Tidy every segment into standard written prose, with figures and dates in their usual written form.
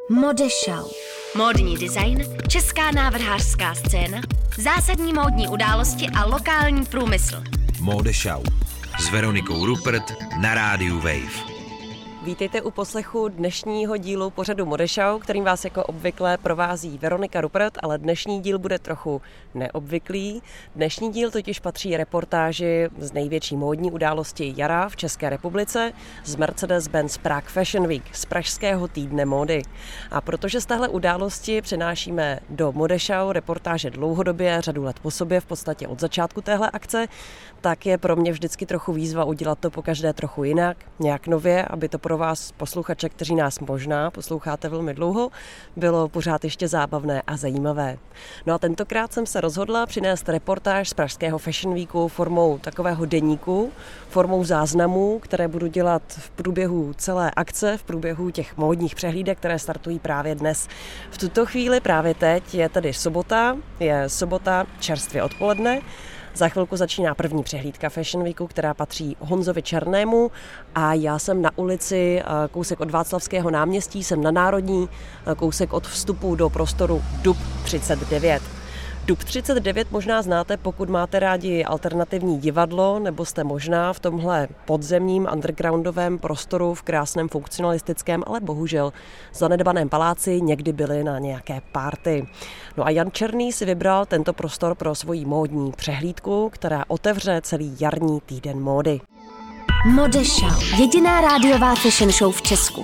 Modeshow. Módní design, česká návrhářská scéna, zásadní módní události a lokální průmysl. Modeshow s Veronikou Rupert na rádiu Wave. Vítejte u poslechu dnešního dílu pořadu Modeshow, kterým vás jako obvykle provází Veronika Rupert, ale dnešní díl bude trochu neobvyklý. Dnešní díl totiž patří reportáži z největší módní události jara v České republice z Mercedes-Benz Prague Fashion Week, z pražského týdne módy. A protože z téhle události přenášíme do Modeshow reportáže dlouhodobě, řadu let po sobě, v podstatě od začátku téhle akce, tak je pro mě vždycky trochu výzva udělat to pokaždé trochu jinak, nějak nově, aby to pro vás posluchače, kteří nás možná posloucháte velmi dlouho, bylo pořád ještě zábavné a zajímavé. No a tentokrát jsem se rozhodla přinést reportáž z pražského Fashion Weeku formou takového deníku, formou záznamů, které budu dělat v průběhu celé akce, v průběhu těch módních přehlídek, které startují právě dnes. V tuto chvíli právě teď je tedy sobota čerstvě odpoledne. Za chvilku začíná první přehlídka Fashion Weeku, která patří Honzovi Černému a já jsem na ulici, kousek od Václavského náměstí, jsem na Národní, kousek od vstupu do prostoru DUB 39. DUB 39 možná znáte, pokud máte rádi alternativní divadlo, nebo jste možná v tomhle podzemním undergroundovém prostoru v krásném funkcionalistickém, ale bohužel zanedbaném paláci někdy byli na nějaké party. No a Jan Černý si vybral tento prostor pro svoji módní přehlídku, která otevře celý jarní týden módy. Modeshow, jediná rádiová fashion show v Česku.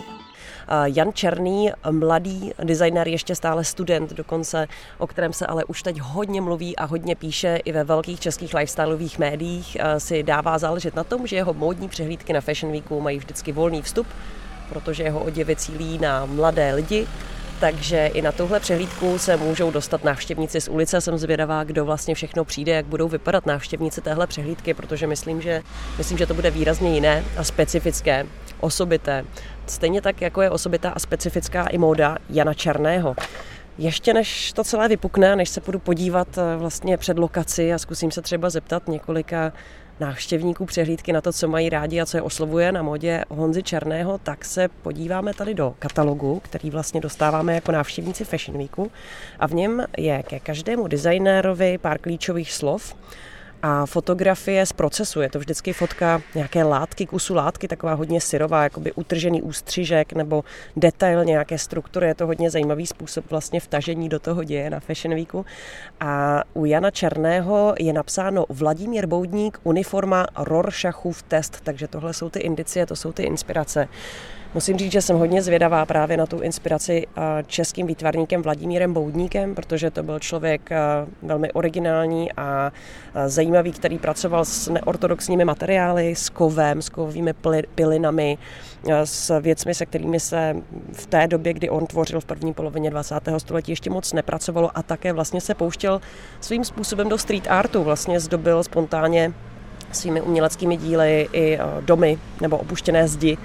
Jan Černý, mladý designer, ještě stále student dokonce, o kterém se ale už teď hodně mluví a hodně píše i ve velkých českých lifestyleových médiích, si dává záležet na tom, že jeho módní přehlídky na Fashion Weeku mají vždycky volný vstup, protože jeho oděvy cílí na mladé lidi. Takže i na tuhle přehlídku se můžou dostat návštěvníci z ulice. Jsem zvědavá, kdo vlastně všechno přijde, jak budou vypadat návštěvníci téhle přehlídky, protože myslím, že to bude výrazně jiné a specifické, osobité. Stejně tak, jako je osobitá a specifická i móda Jana Černého. Ještě než to celé vypukne, než se půjdu podívat vlastně před lokaci a zkusím se třeba zeptat několika návštěvníků přehlídky na to, co mají rádi a co je oslovuje na modě Honzy Černého, tak se podíváme tady do katalogu, který vlastně dostáváme jako návštěvníci Fashion Weeku a v něm je ke každému designérovi pár klíčových slov a fotografie z procesu. Je to vždycky fotka nějaké látky, kusu látky, taková hodně syrová, jakoby utržený ústřižek nebo detail nějaké struktury. Je to hodně zajímavý způsob vlastně vtažení do toho děje na Fashion Weeku. A u Jana Černého je napsáno Vladimír Boudník, uniforma Rorschachův test, takže tohle jsou ty indicie, to jsou ty inspirace. Musím říct, že jsem hodně zvědavá právě na tu inspiraci českým výtvarníkem Vladimírem Boudníkem, protože to byl člověk velmi originální a zajímavý, který pracoval s neortodoxními materiály, s kovem, s kovovými pilinami, s věcmi, se kterými se v té době, kdy on tvořil v první polovině 20. století, ještě moc nepracovalo a také vlastně se pouštěl svým způsobem do street artu, vlastně zdobil spontánně svými uměleckými díly i domy nebo opuštěné zdi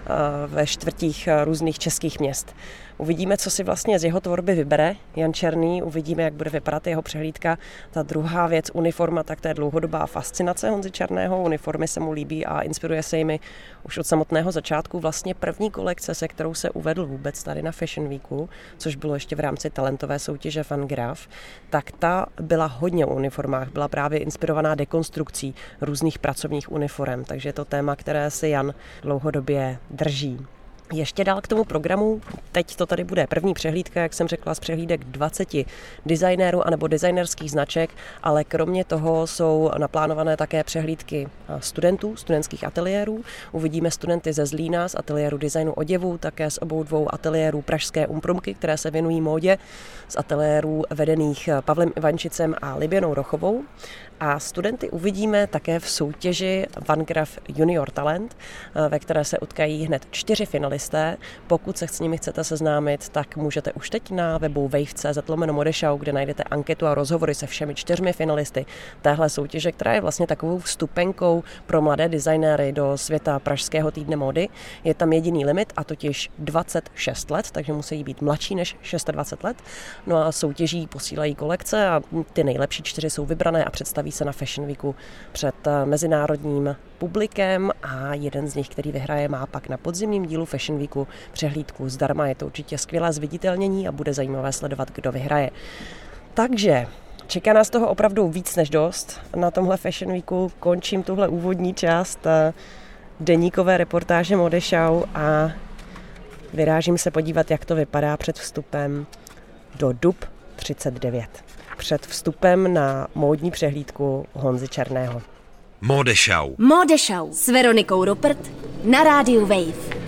ve čtvrtích různých českých měst. Uvidíme, co si vlastně z jeho tvorby vybere Jan Černý, uvidíme, jak bude vypadat jeho přehlídka. Ta druhá věc, uniforma, tak to je dlouhodobá fascinace Honzy Černého. Uniformy se mu líbí a inspiruje se jimi už od samotného začátku. Vlastně první kolekce, se kterou se uvedl vůbec tady na Fashion Weeku, což bylo ještě v rámci talentové soutěže Van Graaf, tak ta byla hodně o uniformách, byla právě inspirovaná dekonstrukcí různých pracovních uniform, takže je to téma, které si Jan dlouhodobě drží. Ještě dál k tomu programu, teď to tady bude první přehlídka, jak jsem řekla, z přehlídek 20 designérů anebo designerských značek, ale kromě toho jsou naplánované také přehlídky studentů, studentských ateliérů. Uvidíme studenty ze Zlína z ateliéru designu oděvu, také z obou dvou ateliérů pražské Umprumky, které se věnují módě, z ateliérů vedených Pavlem Ivančicem a Liběnou Rochovou. A studenty uvidíme také v soutěži Van Graaf Junior Talent, ve které se utkají hned 4 finalisté. Pokud se s nimi chcete seznámit, tak můžete už teď na webu wave.cz/modeshow, kde najdete anketu a rozhovory se všemi 4 finalisty téhle soutěže, která je vlastně takovou vstupenkou pro mladé designéry do světa pražského týdne módy. Je tam jediný limit, a totiž 26 let, takže musí být mladší než 26 let. No a soutěží posílají kolekce a ty nejlepší 4 jsou vybrané a představí se na Fashion Weeku před mezinárodním publikem a jeden z nich, který vyhraje, má pak na podzimním dílu Fashion Fashion Weeku přehlídku zdarma. Je to určitě skvělé zviditelnění a bude zajímavé sledovat, kdo vyhraje. Takže čeká nás toho opravdu víc než dost. Na tomhle Fashion Weeku končím tuhle úvodní část deníkové reportáže Modeshow a vyrážím se podívat, jak to vypadá před vstupem do DUB 39. Před vstupem na módní přehlídku Honzy Černého. Modeshow s Veronikou Rupert na rádiu Wave.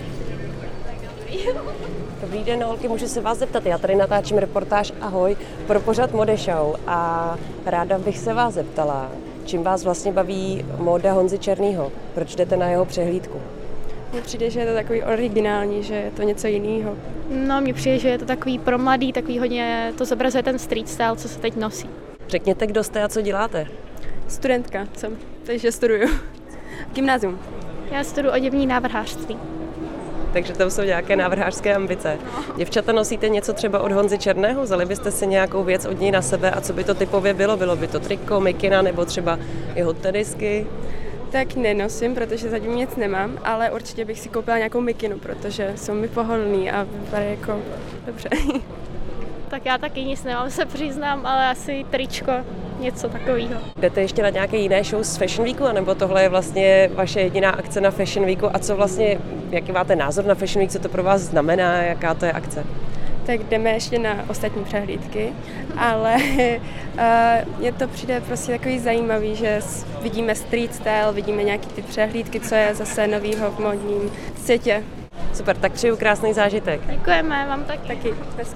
Dobrý den, holky, můžu se vás zeptat? Já tady natáčím reportáž Ahoj pro pořad Modeshow a ráda bych se vás zeptala, čím vás vlastně baví móda Honzy Černého? Proč jdete na jeho přehlídku? Mně přijde, že je to takový originální, že je to něco jiného. No, mně přijde, že je to takový pro mladý, takový hodně, to zobrazuje ten street style, co se teď nosí. Řekněte, kdo jste a co děláte? Studentka jsem, takže studuju. Gymnázium. Já studuju oděvní návrhářství. Takže tam jsou nějaké návrhářské ambice. Děvčata, nosíte něco třeba od Honzy Černého? Vzali byste si nějakou věc od něj na sebe a co by to typově bylo? Bylo by to triko, mikina nebo třeba jeho tenisky? Tak nenosím, protože zatím nic nemám, ale určitě bych si koupila nějakou mikinu, protože jsou mi pohodlný a vypadají jako dobře. Tak já taky nic nemám, se přiznám, ale asi tričko, něco takového. Jdete ještě na nějaké jiné show z Fashion Weeku, anebo tohle je vlastně vaše jediná akce na Fashion Weeku? A co vlastně, jaký máte názor na Fashion Week, co to pro vás znamená, jaká to je akce? Tak jdeme ještě na ostatní přehlídky, ale mně to přijde prostě takový zajímavý, že vidíme street style, vidíme nějaký ty přehlídky, co je zase novýho v modním světě. Super, tak přeju krásný zážitek. Děkujeme, vám taky.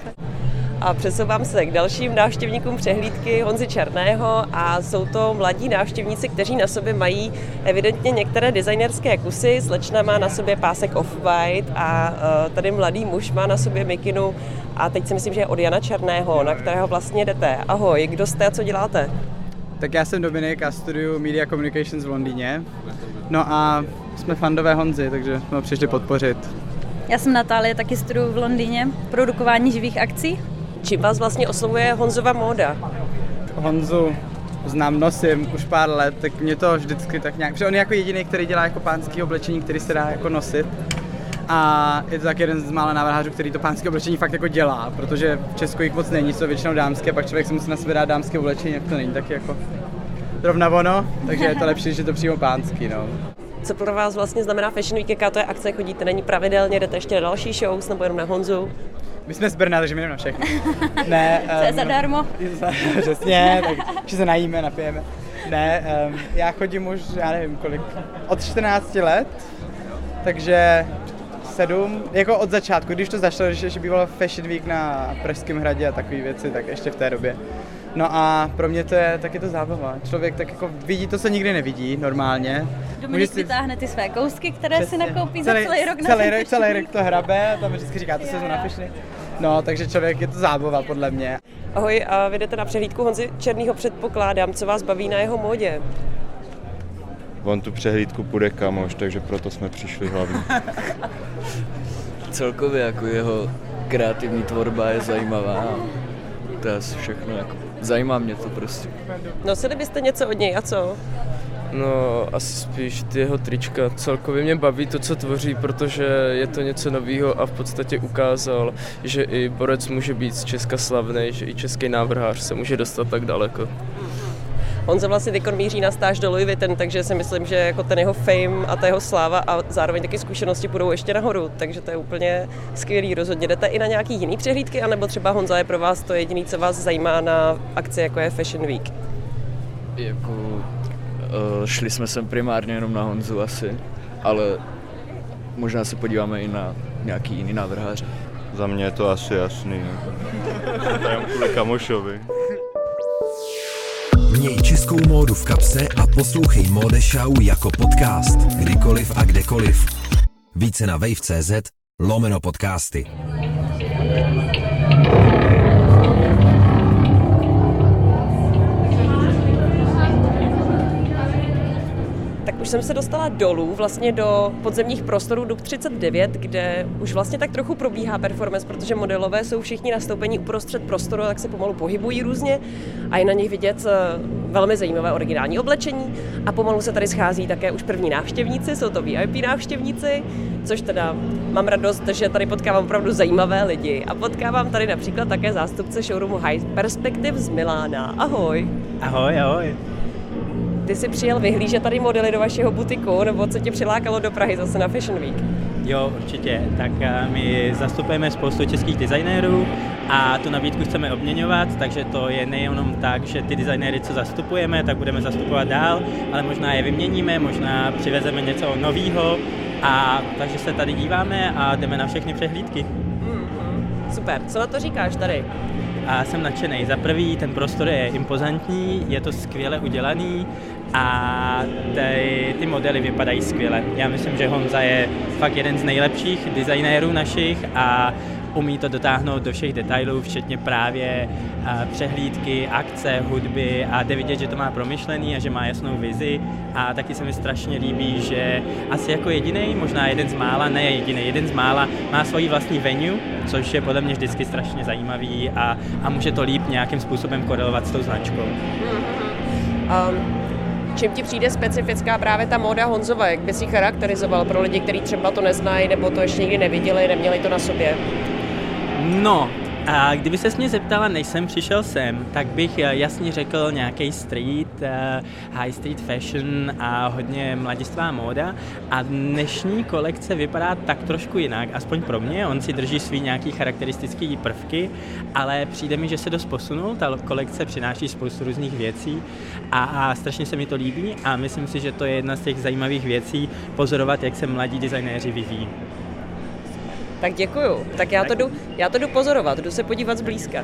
A přesouvám se k dalším návštěvníkům přehlídky Honzy Černého a jsou to mladí návštěvníci, kteří na sobě mají evidentně některé designerské kusy. Slečna má na sobě pásek off-white a tady mladý muž má na sobě mikinu a teď si myslím, že je od Jana Černého, na kterého vlastně jdete. Ahoj, kdo jste a co děláte? Tak já jsem Dominik a studuju Media Communications v Londýně. No a jsme fandové Honzy, takže jsme ho přišli podpořit. Já jsem Natálie, taky studuju v Londýně, produkování živých akcí. Čím vás vlastně oslovuje Honzova móda? Honzu znám, nosím už pár let, tak mě to vždycky tak nějak... Protože on je jako jediný, který dělá jako pánský oblečení, který se dá jako nosit. A je to tak jeden z mála návrhářů, který to pánské oblečení fakt jako dělá, protože v Česku jich moc není, jsou většinou dámské, a pak člověk si musí na sebe dát dámské oblečení, jak to není taky jako zrovna ono, takže je to lepší, že to přímo pánský, no. Co pro vás vlastně znamená Fashion Week, jaká to je akce, chodíte na ní pravidelně, jdete ještě na další shows nebo jenom na Honzu? My jsme z Brna, takže my jdeme na všechny. Ne, Co je zadarmo? Přesně, tak se najíme, napijeme. Ne, já chodím už, já nevím kolik, od 14 let, takže 7, jako od začátku, když to začalo, když ještě bývalo Fashion Week na Pražském hradě a takové věci, tak ještě v té době. No a pro mě to je taky to zábava. Člověk tak jako vidí to, co nikdy nevidí normálně. Dominik vytáhne ty své kousky, které přesně si nakoupí za celý rok na celý rok to hrabe a tam vždycky říká, to se na Fashion. No, takže člověk, je to zábava podle mě. Ahoj, a vy jdete na přehlídku Honzy Černého, předpokládám. Co vás baví na jeho módě? On tu přehlídku půjde kamoš, takže proto jsme přišli hlavně. Celkově jako jeho kreativní tvorba je zajímavá. To je asi všechno. Jako. Zajímá mě to prostě. Nosili byste něco od něj a co? No, asi spíš ty jeho trička. Celkově mě baví to, co tvoří, protože je to něco novýho a v podstatě ukázal, že i borec může být z Česka slavný, že i český návrhář se může dostat tak daleko. Honza vlastně teď míří na stáž do Louis Vuitton, takže si myslím, že jako ten jeho fame a ta jeho sláva a zároveň taky zkušenosti půjdou ještě nahoru, takže to je úplně skvělý. Rozhodně jdete i na nějaký jiný přehlídky, anebo třeba Honza je pro vás to jediné, co vás zajímá na akci, jako je Fashion Week? Šli jsme sem primárně jenom na Honzu asi, ale možná se podíváme i na nějaký jiný návrháře. Za mě je to asi jasný, ne? To je kvůli kamošovi. Měj českou módu v kapse a poslouchej Modeshow jako podcast, kdykoliv a kdekoliv. Více na wave.cz/podcasty. Tak už jsem se dostala dolů, vlastně do podzemních prostorů DUB 39, kde už vlastně tak trochu probíhá performance, protože modelové jsou všichni nastoupení uprostřed prostoru, tak se pomalu pohybují různě a je na nich vidět velmi zajímavé originální oblečení a pomalu se tady schází také už první návštěvníci, jsou to VIP návštěvníci, což teda mám radost, že tady potkávám opravdu zajímavé lidi a potkávám tady například také zástupce showroomu High Perspective z Milána. Ahoj. Ahoj, ahoj. Ty jsi přijel vyhlížet tady modely do vašeho butiku, nebo co tě přilákalo do Prahy zase na Fashion Week? Jo, určitě. Tak my zastupujeme spoustu českých designérů a tu nabídku chceme obměňovat, takže to je nejenom tak, že ty designéry, co zastupujeme, tak budeme zastupovat dál, ale možná je vyměníme, možná přivezeme něco nového a takže se tady díváme a jdeme na všechny přehlídky. Super, co na to říkáš tady? A jsem nadšenej. Za prvý, ten prostor je impozantní, je to skvěle udělaný a ty modely vypadají skvěle. Já myslím, že Honza je fakt jeden z nejlepších designérů našich a umí to dotáhnout do všech detailů, včetně právě přehlídky, akce, hudby a jde vidět, že to má promyšlený a že má jasnou vizi a taky se mi strašně líbí, že asi jako jedinej, možná jeden z mála, ne jedinej, jeden z mála má svoji vlastní venue, což je podle mě vždycky strašně zajímavý a může to líp nějakým způsobem korelovat s tou značkou. Čím ti přijde specifická právě ta móda Honzova? Jak bys ji charakterizoval pro lidi, kteří třeba to neznají nebo to ještě nikdy neviděli, neměli to na sobě? No, a kdyby ses mě zeptala, než jsem přišel sem, tak bych jasně řekl nějaký street, high street fashion a hodně mladistvá móda. A dnešní kolekce vypadá tak trošku jinak, aspoň pro mě. On si drží svý nějaký charakteristický prvky, ale přijde mi, že se dost posunul. Ta kolekce přináší spoustu různých věcí a strašně se mi to líbí a myslím si, že to je jedna z těch zajímavých věcí pozorovat, jak se mladí designéři vyvíjí. Tak děkuju. Tak já to jdu pozorovat, jdu se podívat zblízka.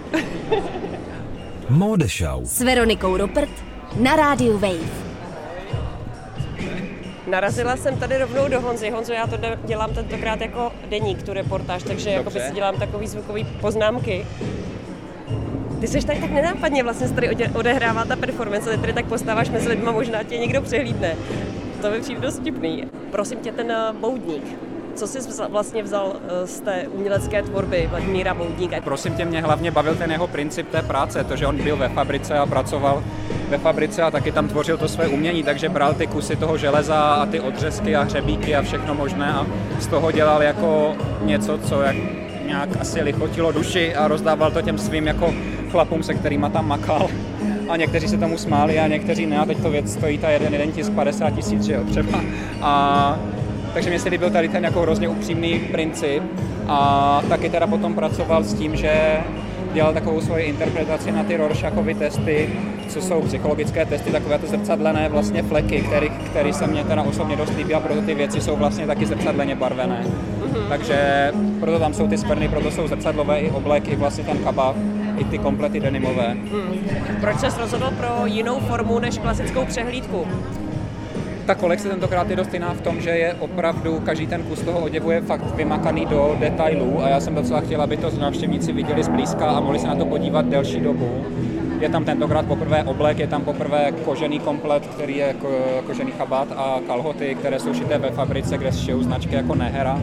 Mode Show S Veronikou Rupert na rádiu Wave. Narazila jsem tady rovnou do Honzy. Honzo, já to dělám tentokrát jako deník, tu reportáž, takže jako si dělám takový zvukový poznámky. Ty seš tady tak nenápadně, vlastně se tady odehrává ta performance, tady tak postáváš mezi lidma, možná tě někdo přehlídne. To mi přijde dost vtipný. Prosím tě, ten boudník. Co jsi vlastně vzal z té umělecké tvorby Vladimíra Boudníka? Prosím tě, mě hlavně bavil ten jeho princip té práce, to, že on byl ve fabrice a pracoval ve fabrice a taky tam tvořil to své umění, takže bral ty kusy toho železa a ty odřezky a hřebíky a všechno možné a z toho dělal jako něco, co nějak asi lichotilo duši a rozdával to těm svým jako chlapům, se kterýma tam makal. A někteří se tomu smáli a někteří ne a teď to věc stojí ta jeden tisk 50 000, že jo, třeba. Takže mě se líbil tady ten jako hrozně upřímný princip a taky teda potom pracoval s tím, že dělal takovou svoji interpretaci na ty Rorschachovy testy, co jsou psychologické testy, takové ty zrcadlené vlastně fleky, které se mně teda osobně dost líbí a proto ty věci jsou vlastně taky zrcadleně barvené. Takže proto tam jsou ty skvrny, proto jsou zrcadlové i oblek, i vlastně ten kabát, i ty komplety denimové. Proč ses rozhodl pro jinou formu než klasickou přehlídku? Ta kolekce tentokrát je dost jiná v tom, že je opravdu, každý ten kus toho oděvu je fakt vymakaný do detailů a já jsem docela chtěl, aby to návštěvníci viděli zblízka a mohli se na to podívat delší dobu. Je tam tentokrát poprvé oblek, je tam poprvé kožený komplet, který je kožený chabát a kalhoty, které jsou šité ve fabrice, kde šijou značky jako Nehera.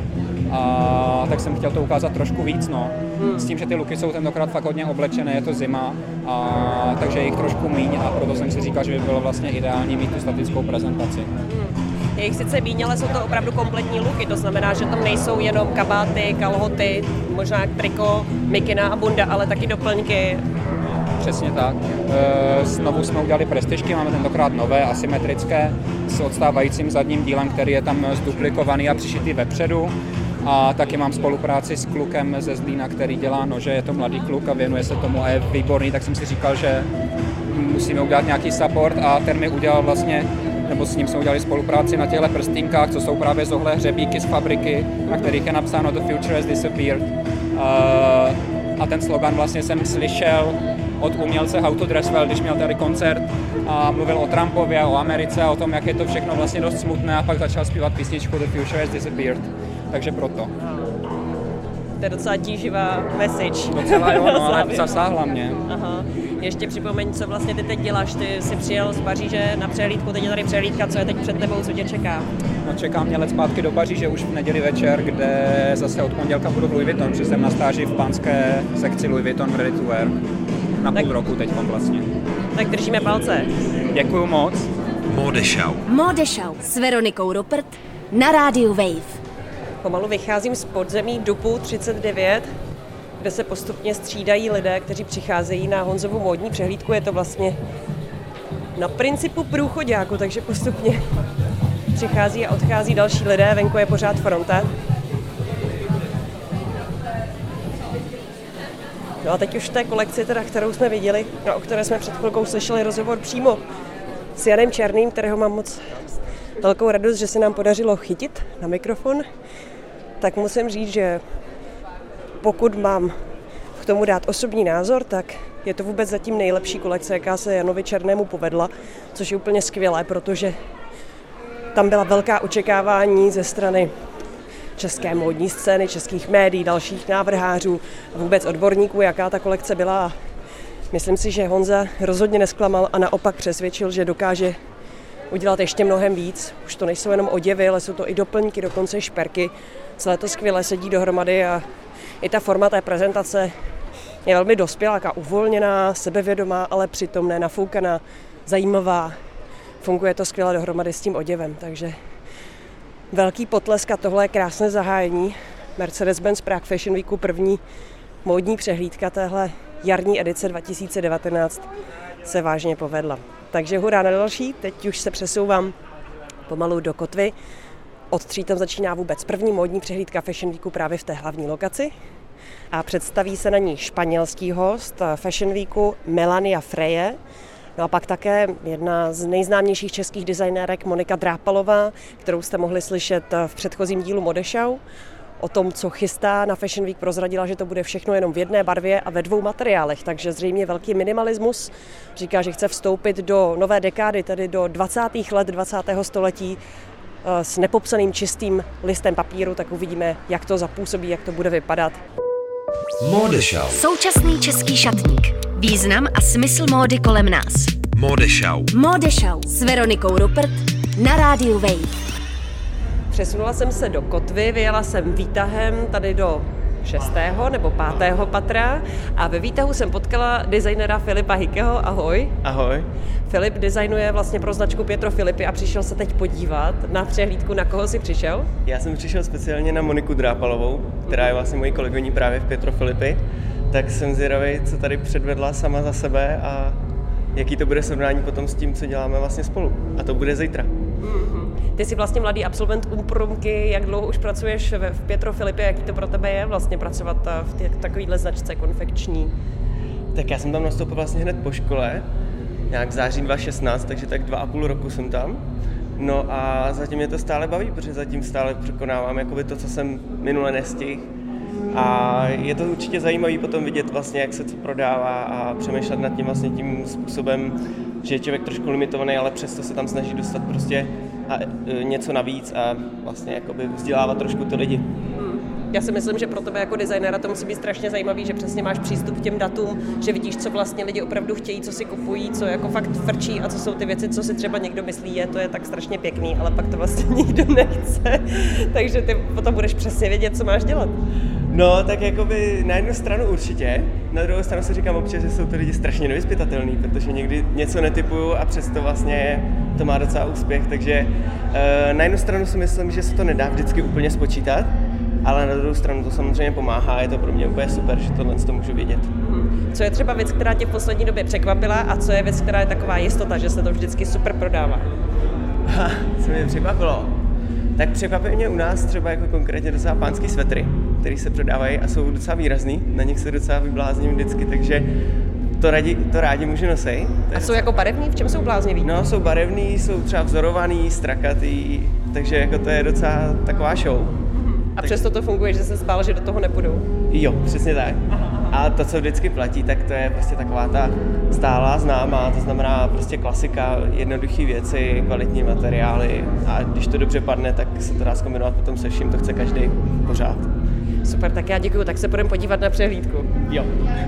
A tak jsem chtěl to ukázat trošku víc, no. S tím, že ty looky jsou tentokrát fakt hodně oblečené, je to zima, takže je jich trošku míň a proto jsem si říkal, že by bylo vlastně ideální mít tu statickou prezentaci. Je jich sice míň, ale jsou to opravdu kompletní looky, to znamená, že tam nejsou jenom kabáty, kalhoty, možná triko, mikina a bunda, ale taky doplňky. Přesně tak. Znovu jsme udělali prestižky, máme tentokrát nové, asymetrické, s odstávajícím zadním dílem, který je tam zduplikovaný a přišitý vepředu. A taky mám spolupráci s klukem ze Zlína, který dělá nože, je to mladý kluk a věnuje se tomu a je výborný, tak jsem si říkal, že musíme udělat nějaký support a ten mi udělal vlastně, nebo s ním jsme udělali spolupráci na těchto prstínkách, co jsou právě zohlé hřebíky z fabriky, na kterých je napsáno The future has disappeared. A ten slogan vlastně jsem slyšel od umělce How to Dress Well, když měl tady koncert a mluvil o Trumpově, o Americe a o tom, jak je to všechno vlastně dost smutné a pak začal zpívat písničku The Future Has Disappeared. Takže proto. To je docela tíživá message. Docela jo, no, ale zasáhla mě. Aha. Ještě připomeň, co vlastně ty teď děláš. Ty jsi přijel z Paříže na přehlídku, teď je tady přehlídka, co je teď před tebou, co tě čeká? No, čeká mě let zpátky do Paříže už v neděli večer, kde zase od pondělka budu v Louis Vuitton, protože jsem na stáži v pánské sekci Louis Vuitton v Ready to Wear. Na půl roku teď vlastně. Tak držíme palce. Děkuju moc. Modeshow s Veronikou Rupert na rádiu Wave. Pomalu vycházím z podzemí DUPu 39, kde se postupně střídají lidé, kteří přicházejí na Honzovu módní přehlídku. Je to vlastně na principu průchoďáku, takže postupně přichází a odchází další lidé, venku je pořád fronta. No a teď už v té kolekci, kterou jsme viděli a o které jsme před chvilkou slyšeli rozhovor přímo s Janem Černým, kterého mám moc velkou radost, že se nám podařilo chytit na mikrofon, tak musím říct, že pokud mám k tomu dát osobní názor, tak je to vůbec zatím nejlepší kolekce, jaká se Janovi Černému povedla, což je úplně skvělé, protože tam byla velká očekávání ze strany české módní scény, českých médií, dalších návrhářů a vůbec odborníků, jaká ta kolekce byla. Myslím si, že Honza rozhodně nesklamal a naopak přesvědčil, že dokáže udělat ještě mnohem víc. Už to nejsou jenom oděvy, ale jsou to i doplňky, dokonce šperky. Celé to skvěle sedí dohromady a i ta forma té prezentace je velmi dospělá, uvolněná, sebevědomá, ale přitom nenafoukaná, zajímavá. Funguje to skvěle dohromady s tím oděvem, takže velký potlesk a tohle je krásné zahájení. Mercedes-Benz Prague Fashion Weeku, první módní přehlídka téhle jarní edice 2019 se vážně povedla. Takže hurá na další, teď už se přesouvám pomalu do kotvy. Od 3 tam začíná vůbec první módní přehlídka Fashion Weeku právě v té hlavní lokaci. A představí se na ní španělský host Fashion Weeku Melania Freje. No a pak také jedna z nejznámějších českých designérek Monika Drápalová, kterou jste mohli slyšet v předchozím dílu Modeshow. O tom, co chystá na Fashion Week, prozradila, že to bude všechno jenom v jedné barvě a ve 2 materiálech, takže zřejmě velký minimalismus. Říká, že chce vstoupit do nové dekády, tedy do 20. let 20. století s nepopsaným čistým listem papíru, tak uvidíme, jak to zapůsobí, jak to bude vypadat. Modeshow. Současný český šatník. Význam a smysl módy kolem nás. Modeshow s Veronikou Rupert na rádiu Wave. Přesunula jsem se do kotvy, vyjela jsem výtahem tady do 6. nebo 5. patra a ve výtahu jsem potkala designera Filipa Hikeho. Ahoj. Ahoj. Filip designuje vlastně pro značku Pietro Filippi a přišel se teď podívat na přehlídku. Na koho jsi přišel? Já jsem přišel speciálně na Moniku Drápalovou, která je vlastně mojí kolegyní právě v Pietro Filippi. Tak jsem zvědavý, co tady předvedla sama za sebe a jaký to bude srovnání potom s tím, co děláme vlastně spolu. A to bude zítra. Ty jsi vlastně mladý absolvent Umprumky, jak dlouho už pracuješ v Pietro Filippi, jaký to pro tebe je vlastně pracovat v takovýhle značce konfekční? Tak já jsem tam nastoupil vlastně hned po škole, nějak v září 2016, takže tak 2,5 roku jsem tam. No a zatím mě to stále baví, protože zatím stále překonávám jakoby to, co jsem minule nestihl. A je to určitě zajímavý potom vidět vlastně, jak se co prodává a přemýšlet nad tím vlastně tím způsobem, že je člověk trošku limitovaný, ale přesto se tam snaží dostat prostě něco navíc a vlastně jakoby vzdělávat trošku ty lidi. Já si myslím, že pro tebe jako designéra to musí být strašně zajímavý, že přesně máš přístup k těm datům, že vidíš, co vlastně lidi opravdu chtějí, co si kupují, co jako fakt frčí a co jsou ty věci, co si třeba někdo myslí, to je tak strašně pěkný, ale pak to vlastně nikdo nechce. Takže ty potom budeš přesně vědět, co máš dělat. No, tak jakoby na jednu stranu určitě, na druhou stranu si říkám občas, že jsou to lidi strašně nevyzpytatelný, protože někdy něco netypuju a přesto vlastně to má docela úspěch, takže na jednu stranu si myslím, že se to nedá vždycky úplně spočítat, ale na druhou stranu to samozřejmě pomáhá, je to pro mě úplně super, že tohle to můžu vědět. Co je třeba věc, která tě v poslední době překvapila a co je věc, která je taková jistota, že se to vždycky super prodává? Co mě překvapilo? Tak překvapí mě u nás třeba jako konkrétně docela pánský svetry, které se prodávají a jsou docela výrazný, na nich se docela vyblázním vždycky, takže to rádi můžu nosit. A jsou jako barevný? V čem jsou blázniví? No, jsou barevný, jsou třeba vzorovaný, strakatý, takže jako to je docela taková show. A přesto to funguje, že se zbál, že do toho nepůjdou? Jo, přesně tak. A to, co vždycky platí, tak to je prostě taková ta stálá známá, to znamená prostě klasika, jednoduché věci, kvalitní materiály a když to dobře padne, tak se to dá zkombinovat potom se vším, to chce každý pořád. Super, tak já děkuju, tak se půjdeme podívat na přehlídku. Jo.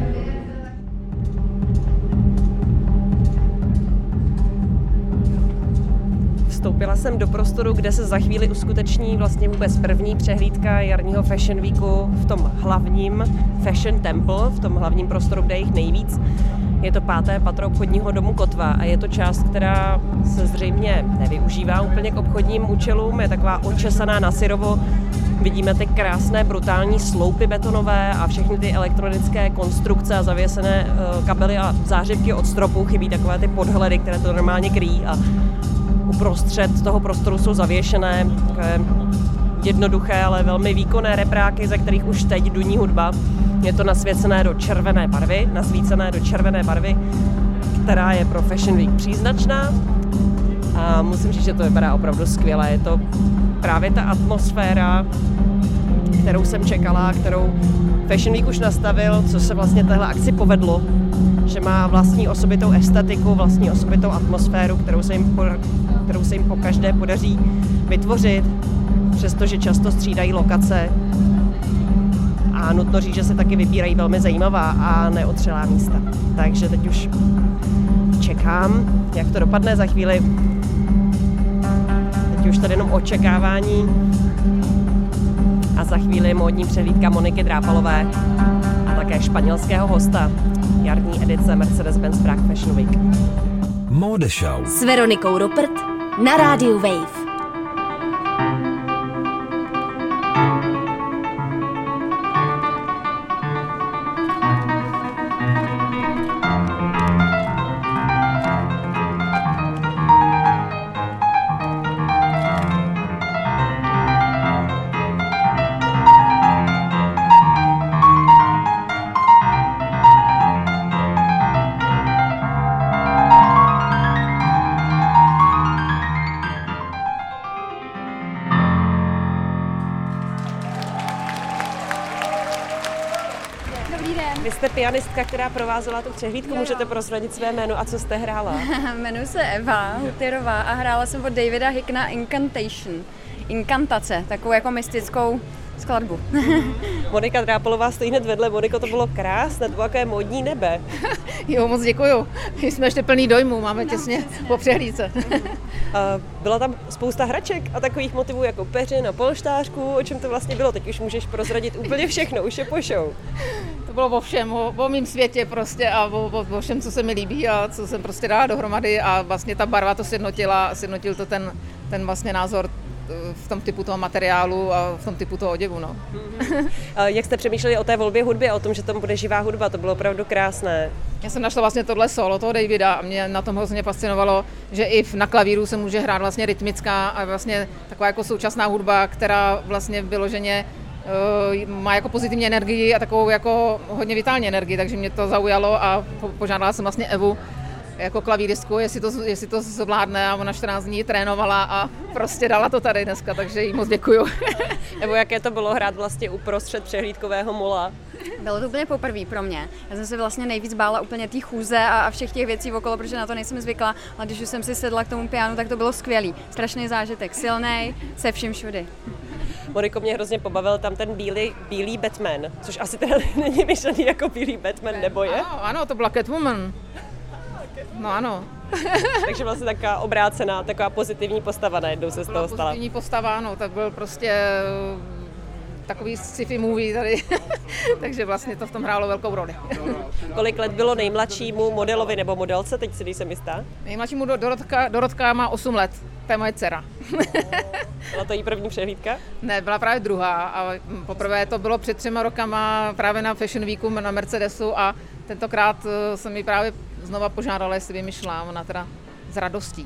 Vstoupila jsem do prostoru, kde se za chvíli uskuteční vlastně vůbec první přehlídka jarního Fashion Weeku v tom hlavním Fashion Temple, v tom hlavním prostoru, kde je jich nejvíc. Je to 5. patro obchodního domu Kotva a je to část, která se zřejmě nevyužívá úplně k obchodním účelům, je taková očesaná na syrovo. Vidíme ty krásné brutální sloupy betonové a všechny ty elektronické konstrukce a zavěsené kabely a zářivky od stropu, chybí takové ty podhledy, které to normálně kryjí a uprostřed toho prostoru jsou zavěšené takové jednoduché, ale velmi výkonné repráky, ze kterých už teď duní hudba. Je to nasvícené do červené barvy, která je pro Fashion Week příznačná. A musím říct, že to vypadá opravdu skvěle. Je to právě ta atmosféra, kterou jsem čekala, kterou Fashion Week už nastavil, co se vlastně téhle akci povedlo, že má vlastní osobitou estetiku, vlastní osobitou atmosféru, kterou se jim pokaždé podaří vytvořit, přestože často střídají lokace. A nutno říct, že se taky vybírají velmi zajímavá a neotřelá místa. Takže teď už čekám, jak to dopadne za chvíli. Teď už tady jenom očekávání. A za chvíli módní přehlídka Moniky Drápalové a také španělského hosta jarní edice Mercedes-Benz Prague Fashion Week. Mode Show s Veronikou Rupert na rádiu Wave. Vy jste pianistka, která provázela tu přehlídku, můžete prozradit své jméno a co jste hrála? Jmenuji se Eva Hutyrová a hrála jsem od Davida Hickna Incantation. Inkantace, takovou jako mystickou skladbu. Monika Drápalová stojí hned vedle. Moniko, to bylo krásné, to bylo jaké módní nebe. Jo, moc děkuju. My jsme ještě plný dojmu, máme těsně po přehlídce. Byla tam spousta hraček a takových motivů jako peřin a polštářků. O čem to vlastně bylo? Teď už můžeš prozradit úplně všechno, už je po show. To bylo o všem, o mým světě prostě a o všem, co se mi líbí a co jsem prostě dala dohromady a vlastně ta barva to sjednotil to ten vlastně názor v tom typu toho materiálu a v tom typu toho oděvu. No. Jak jste přemýšleli o té volbě hudby a o tom, že tam bude živá hudba, to bylo opravdu krásné. Já jsem našla vlastně tohle solo toho Davida a mě na tom hrozně fascinovalo, že i na klavíru se může hrát vlastně rytmická a vlastně taková jako současná hudba, která vlastně vyloženě má jako pozitivní energii a takovou jako hodně vitální energii, takže mě to zaujalo a požádala jsem vlastně Evu jako klavíristku, jestli to zvládne a ona 14 dní trénovala a prostě dala to tady dneska, takže jí moc děkuju. Nebo jaké to bylo hrát vlastně uprostřed přehlídkového mola? Bylo to úplně poprvé pro mě. Já jsem se vlastně nejvíc bála úplně té chůze a všech těch věcí okolo, protože na to nejsem zvyklá, ale když už jsem si sedla k tomu pianu, tak to bylo skvělý. Strašný zážitek, silnej, se vším všudy. Moniko, mě hrozně pobavil tam ten bílý Batman, což asi teda není myšlený jako bílý Batman, nebo je? Ano, to byla Catwoman. No ano. Takže vlastně taková obrácená, taková pozitivní postava najednou se z toho stala. Pozitivní postava, ano, tak byl prostě takový sci-fi movie tady, takže vlastně to v tom hrálo velkou roli. Kolik let bylo nejmladšímu modelovi nebo modelce, teď si nejsem jistá? Nejmladšímu Dorotka má 8 let, to je moje dcera. Byla to jí první přehlídka? Ne, byla právě druhá a poprvé to bylo před 3 rokama právě na Fashion Weeku na Mercedesu a tentokrát jsem mi právě znova požádala, jestli by mi šla, ona teda s radostí.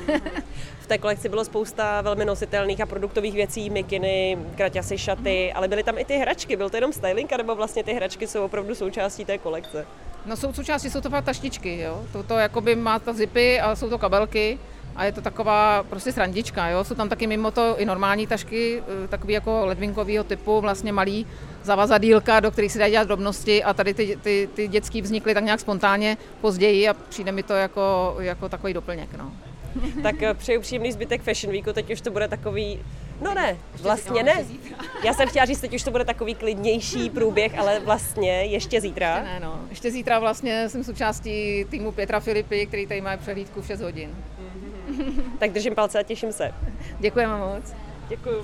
V té kolekci bylo spousta velmi nositelných a produktových věcí, mikiny, kraťasy, šaty, ale byly tam i ty hračky. Byl to jenom styling, nebo vlastně ty hračky jsou opravdu součástí té kolekce? No jsou to fakt taštičky, jo. To jakoby má ta zipy a jsou to kabelky a je to taková prostě srandička, jo. Jsou tam taky mimo to i normální tašky, takový jako ledvinkovýho typu, vlastně malý zavazadýlka, do kterých se dají dělat drobnosti a tady ty dětský vznikly tak nějak spontánně později a přijde mi to jako takový doplněk, no. Tak přeju příjemný zbytek Fashion Weeku, teď už to bude takový No ne, vlastně ne. Já jsem chtěla říct, teď už to bude takový klidnější průběh, ale vlastně ještě zítra. Ne, no. Ještě zítra vlastně jsem součástí týmu Petra Filipy, který tady má přehlídku v 6 hodin. Tak držím palce a těším se. Děkujeme moc. Děkuju.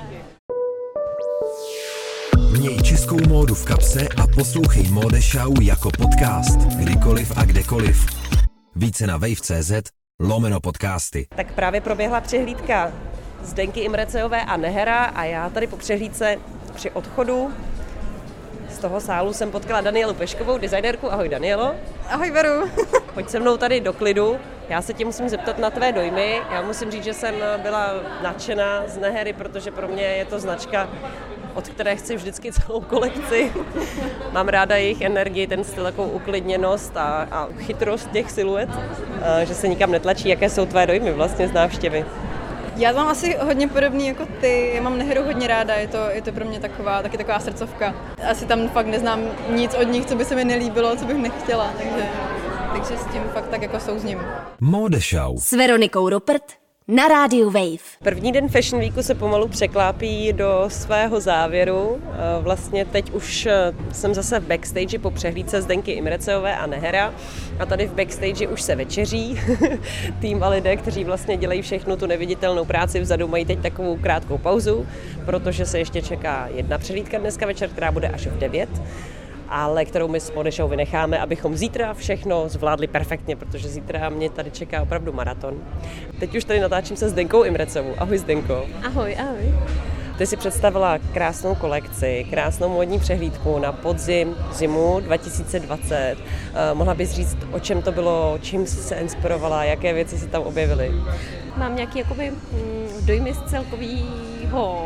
Měj českou módu v kapse a poslouchej Mode Show jako podcast, kdykoliv a kdekoliv. Více na wave.cz/podcasty. Tak právě proběhla přehlídka Zdenky Imreceové a Nehera a já tady po přehlídce při odchodu z toho sálu jsem potkala Danielu Peškovou, designérku. Ahoj Danielo. Ahoj Veru. Pojď se mnou tady do klidu. Já se tě musím zeptat na tvé dojmy. Já musím říct, že jsem byla nadšená z Nehery, protože pro mě je to značka, od které chci vždycky celou kolekci. Mám ráda jejich energii, ten styl, takovou uklidněnost a chytrost těch siluet, že se nikam netlačí. Jaké jsou tvé dojmy vlastně z návštěvy? Já mám asi hodně podobný jako ty, já mám Neheru hodně ráda, je to pro mě taky taková srdcovka. Asi tam fakt neznám nic od nich, co by se mi nelíbilo, co bych nechtěla, takže s tím fakt tak jako souzním. Mode Show s Veronikou Rupert na rádiu Wave. První den Fashion Weeku se pomalu překlápí do svého závěru. Vlastně teď už jsem zase v backstage po přehlídce Zdenky Imreceové a Nehera. A tady v backstage už se večeří. Tým a lidé, kteří vlastně dělají všechnu tu neviditelnou práci vzadu, mají teď takovou krátkou pauzu, protože se ještě čeká jedna přehlídka dneska večer, která bude až v 9. Ale kterou my s Mode Show vynecháme, abychom zítra všechno zvládli perfektně, protože zítra mě tady čeká opravdu maraton. Teď už tady natáčím se s Zdenkou Imrecovou. Ahoj Zdenko. Ahoj, ahoj. Ty si představila krásnou kolekci, krásnou módní přehlídku na podzim, zimu 2020. Mohla bys říct, o čem to bylo, čím jsi se inspirovala, jaké věci se tam objevily? Mám nějaký jakoby dojmy z celkového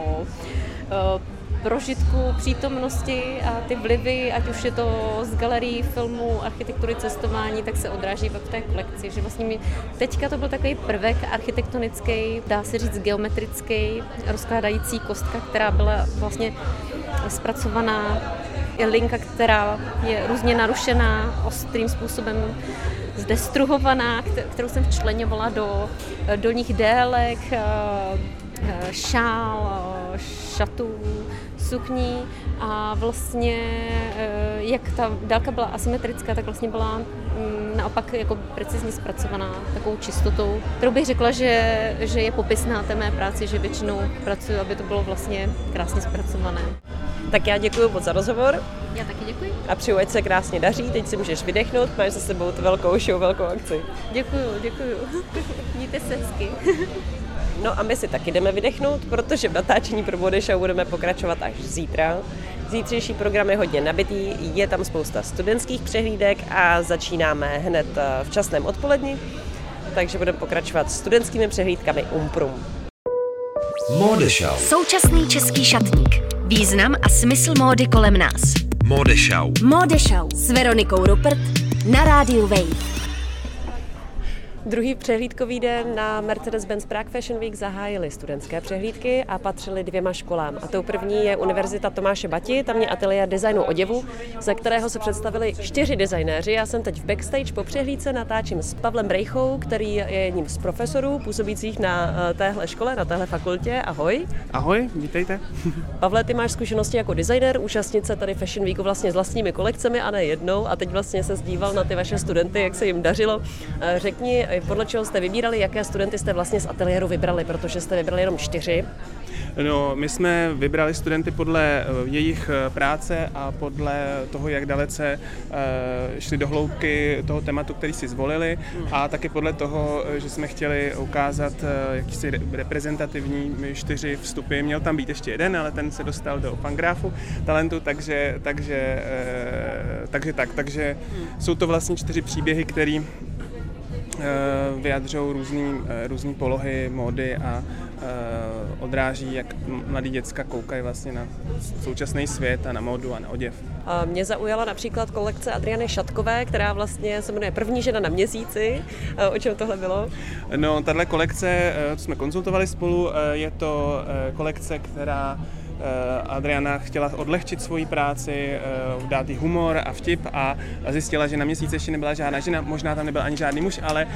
prožitku, přítomnosti a ty vlivy, ať už je to z galerií, filmů, architektury, cestování, tak se odráží v té kolekci. Že vlastně teďka to byl takový prvek architektonický, dá se říct geometrický, rozkládající kostka, která byla vlastně zpracovaná, je linka, která je různě narušená, ostrým způsobem zdestruhovaná, kterou jsem včleňovala do dolních délek, šál, šatů, sukní a vlastně jak ta délka byla asymetrická, tak vlastně byla naopak jako precizně zpracovaná takovou čistotou, kterou bych řekla, že je popisná té mé práci, že většinou pracuji, aby to bylo vlastně krásně zpracované. Tak já děkuji moc za rozhovor. Já taky děkuji. A přeju, ať se krásně daří, teď si můžeš vydechnout, máš za sebou tu velkou show, velkou akci. Děkuju. Mějte se hezky. No a my si taky jdeme vydechnout, protože v natáčení pro Mode Show budeme pokračovat až zítra. Zítřejší program je hodně nabitý, je tam spousta studentských přehlídek a začínáme hned v časném odpoledni, takže budeme pokračovat studentskými přehlídkami Umprum. Mode Show. Současný český šatník. Význam a smysl módy kolem nás. Mode Show. Mode Show s Veronikou Rupert na rádiu Wave. Druhý přehlídkový den na Mercedes-Benz Prague Fashion Week zahájili studentské přehlídky a patřili 2 školám. A tou první je Univerzita Tomáše Bati, tam je ateliér designu oděvu, ze kterého se představili 4 designéři. Já jsem teď v backstage po přehlídce, natáčím s Pavlem Brejchou, který je jedním z profesorů působících na téhle škole, na téhle fakultě. Ahoj. Ahoj, vítejte. Pavle, ty máš zkušenosti jako designer, účastnit se tady Fashion Weeku vlastně s vlastními kolekcemi a ne jednou a teď vlastně se zdíval na ty vaše studenty, jak se jim dařilo. Řekni, podle čeho jste vybírali, jaké studenty jste vlastně z ateliéru vybrali, protože jste vybrali jenom 4? No, my jsme vybrali studenty podle jejich práce a podle toho, jak dalece šli do hloubky toho tématu, který si zvolili a taky podle toho, že jsme chtěli ukázat jakýsi reprezentativní 4 vstupy. Měl tam být ještě jeden, ale ten se dostal do Fangráfu talentu, takže jsou to vlastně 4 příběhy, které vyjadřují různý polohy módy a odráží, jak mladí děcka koukají vlastně na současný svět a na módu a na oděv. A mě zaujala například kolekce Adriany Šatkové, která vlastně se jmenuje První žena na měsíci. O čem tohle bylo? No, tahle kolekce, to jsme konzultovali spolu, je to kolekce, která Adriana chtěla odlehčit svoji práci, dát jí humor a vtip a zjistila, že na Měsíci ještě nebyla žádná žena, možná tam nebyl ani žádný muž, ale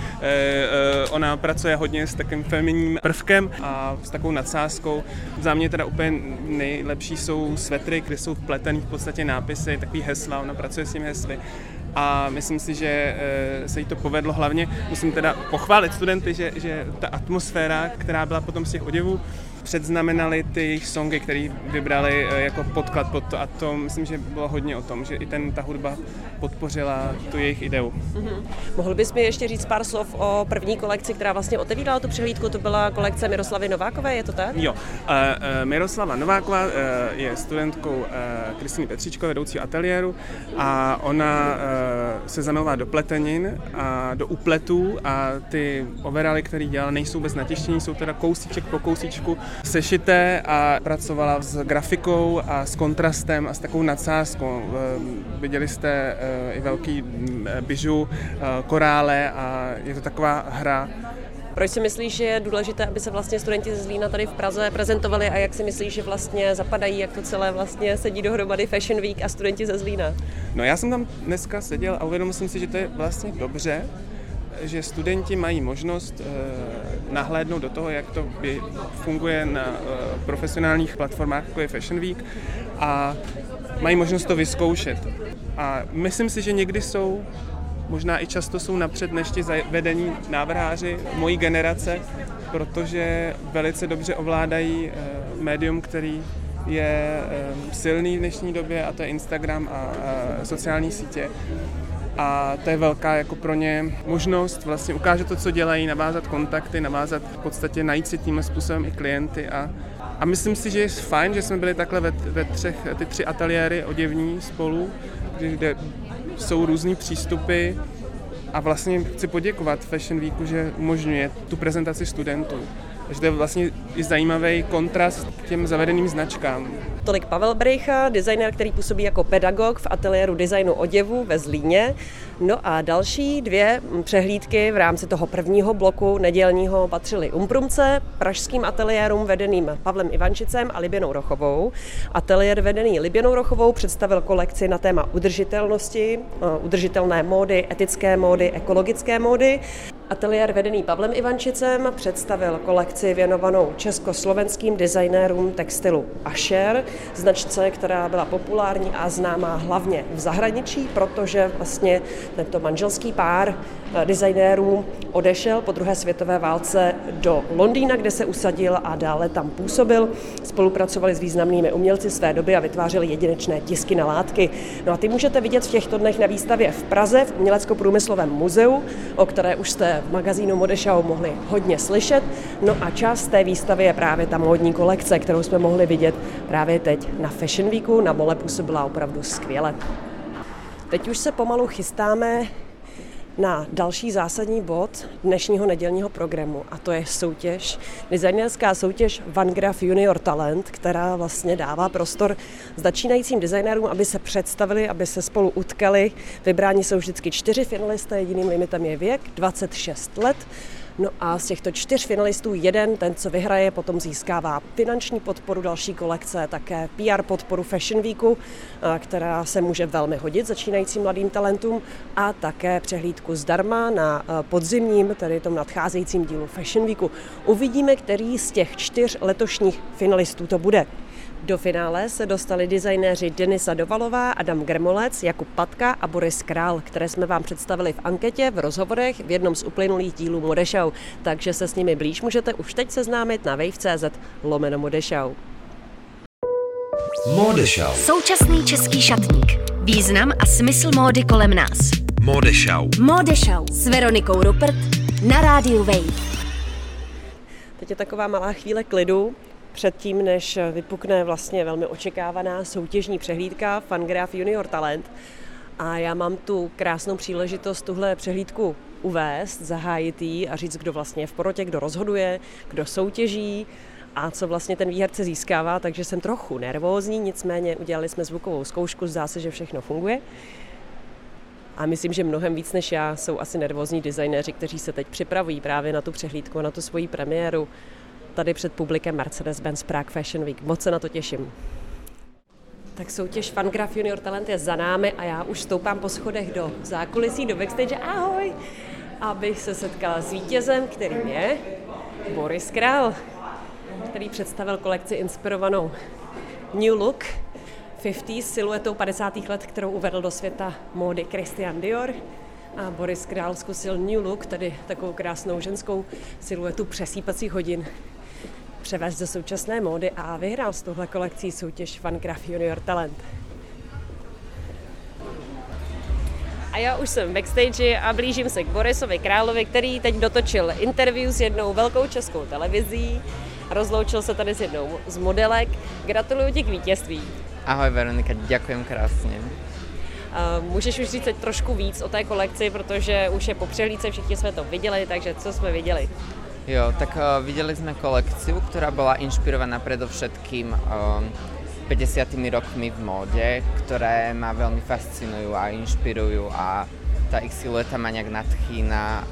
ona pracuje hodně s takovým feminním prvkem a s takovou nadsázkou. Za mě teda úplně nejlepší jsou svetry, kde jsou vpletený v podstatě nápisy, takový hesla, ona pracuje s těmi hesly. A myslím si, že se jí to povedlo hlavně. Musím teda pochválit studenty, že ta atmosféra, která byla potom z těch oděvů, předznamenaly ty jejich songy, které vybrali jako podklad pod to. A to myslím, že bylo hodně o tom, že i ta hudba podpořila tu jejich ideu. Mohl bys mi ještě říct pár slov o první kolekci, která vlastně otevírala tu přehlídku? To byla kolekce Miroslavy Novákové, je to tak? Jo. Miroslava Nováková je studentkou Kristýny Petříčkové, vedoucího ateliéru, a ona se zamilovala do pletenin a do úpletů a ty overaly, které dělala, nejsou bez natištění, jsou teda kousíček po kousíčku sešité a pracovala s grafikou a s kontrastem a s takovou nadsázkou. Viděli jste i velký bižu, korále a je to taková hra. Proč si myslíš, že je důležité, aby se vlastně studenti ze Zlína tady v Praze prezentovali a jak si myslíš, že vlastně zapadají, jak to celé vlastně sedí dohromady Fashion Week a studenti ze Zlína? No já jsem tam dneska seděl a uvědomil jsem si, že to je vlastně dobře, že studenti mají možnost nahlédnout do toho, jak to funguje na profesionálních platformách, jako je Fashion Week, a mají možnost to vyzkoušet. A myslím si, že někdy jsou, možná i často jsou napřed než ti zavedení návrháři mojí generace, protože velice dobře ovládají médium, který je silný v dnešní době, a to je Instagram a sociální sítě. A to je velká jako pro ně možnost vlastně ukázat to, co dělají, navázat kontakty, navázat v podstatě najít si tímhle způsobem i klienty. A myslím si, že je fajn, že jsme byli takhle ve třech, ty 3 ateliéry oděvní spolu, kde jsou různý přístupy, a vlastně chci poděkovat Fashion Weeku, že umožňuje tu prezentaci studentů. Takže to je vlastně i zajímavý kontrast k těm zavedeným značkám. Tolik Pavel Brejcha, designér, který působí jako pedagog v ateliéru designu oděvu ve Zlíně. No a další 2 přehlídky v rámci toho prvního bloku nedělního patřily Umprumce, pražským ateliérům vedeným Pavlem Ivančicem a Liběnou Rochovou. Ateliér vedený Liběnou Rochovou představil kolekci na téma udržitelnosti, udržitelné módy, etické módy, ekologické módy. Ateliér vedený Pavlem Ivančicem představil kolekci věnovanou československým designérům textilu Asher, značce, která byla populární a známá hlavně v zahraničí, protože vlastně tento manželský pár designérů odešel po druhé světové válce do Londýna, kde se usadil a dále tam působil. Spolupracovali s významnými umělci své doby a vytvářeli jedinečné tisky na látky. No a ty můžete vidět v těchto dnech na výstavě v Praze v Umělecko-průmyslovém muzeu, o které už jste v magazínu Mode Show mohli hodně slyšet. No a část té výstavy je právě ta módní kolekce, kterou jsme mohli vidět právě teď na Fashion Weeku. Na mole působila opravdu skvěle. Teď už se pomalu chystáme na další zásadní bod dnešního nedělního programu, a to je soutěž, designérská soutěž Van Graff Junior Talent, která vlastně dává prostor začínajícím designérům, aby se představili, aby se spolu utkali. Vybráni jsou vždycky 4 finalisté, jediným limitem je věk, 26 let. No a z těchto 4 finalistů jeden, ten, co vyhraje, potom získává finanční podporu další kolekce, také PR podporu Fashion Weeku, která se může velmi hodit začínajícím mladým talentům, a také přehlídku zdarma na podzimním, tedy tom nadcházejícím dílu Fashion Weeku. Uvidíme, který z těch 4 letošních finalistů to bude. Do finále se dostali designéři Denisa Dovalová, Adam Grmolec, Jakub Patka a Boris Král, které jsme vám představili v anketě, v rozhovorech v jednom z uplynulých dílů Mode Show, takže se s nimi blíž můžete už teď seznámit na wave.cz/Mode Show. Mode Show. Současný český šatník. Význam a smysl módy kolem nás. Mode Show. Mode Show s Veronikou Rupert na rádiu Wave. Teď je taková malá chvíle klidu předtím, než vypukne vlastně velmi očekávaná soutěžní přehlídka Van Graff Junior Talent. A já mám tu krásnou příležitost tuhle přehlídku uvést, zahájit ji a říct, kdo vlastně je v porotě, kdo rozhoduje, kdo soutěží a co vlastně ten výherce získává, takže jsem trochu nervózní, nicméně udělali jsme zvukovou zkoušku, zdá se, že všechno funguje. A myslím, že mnohem víc než já jsou asi nervózní designéři, kteří se teď připravují právě na tu přehlídku, na tu svoji premiéru. tady před publikem Mercedes-Benz Prague Fashion Week. Moc se na to těším. Tak soutěž Fangraph Junior Talent je za námi a já už stoupám po schodech do zákulisí, do backstage. Ahoj! Abych se setkala s vítězem, kterým je Boris Král, který představil kolekci inspirovanou New Look 50 siluetou 50. let, kterou uvedl do světa módy Christian Dior. A Boris Král zkusil New Look, tedy takovou krásnou ženskou siluetu přesýpacích hodin, převést do současné módy a vyhrál s touhle kolekcí soutěž Fangraph Junior Talent. A já už jsem v backstage a blížím se k Borisovi Královi, který teď dotočil interview s jednou velkou českou televizí. Rozloučil se tady s jednou z modelek. Gratuluju ti k vítězství. Ahoj Veronika, děkujem krásně. Můžeš už říct trošku víc o té kolekci, protože už je po přehlídce, všichni jsme to viděli, takže co jsme viděli? Jo, tak viděli sme kolekciu, ktorá bola inšpirovaná predovšetkým 50 rokmi v móde, ktoré ma veľmi fascinujú a inšpirujú a tá ich silueta ma nejak nadchýna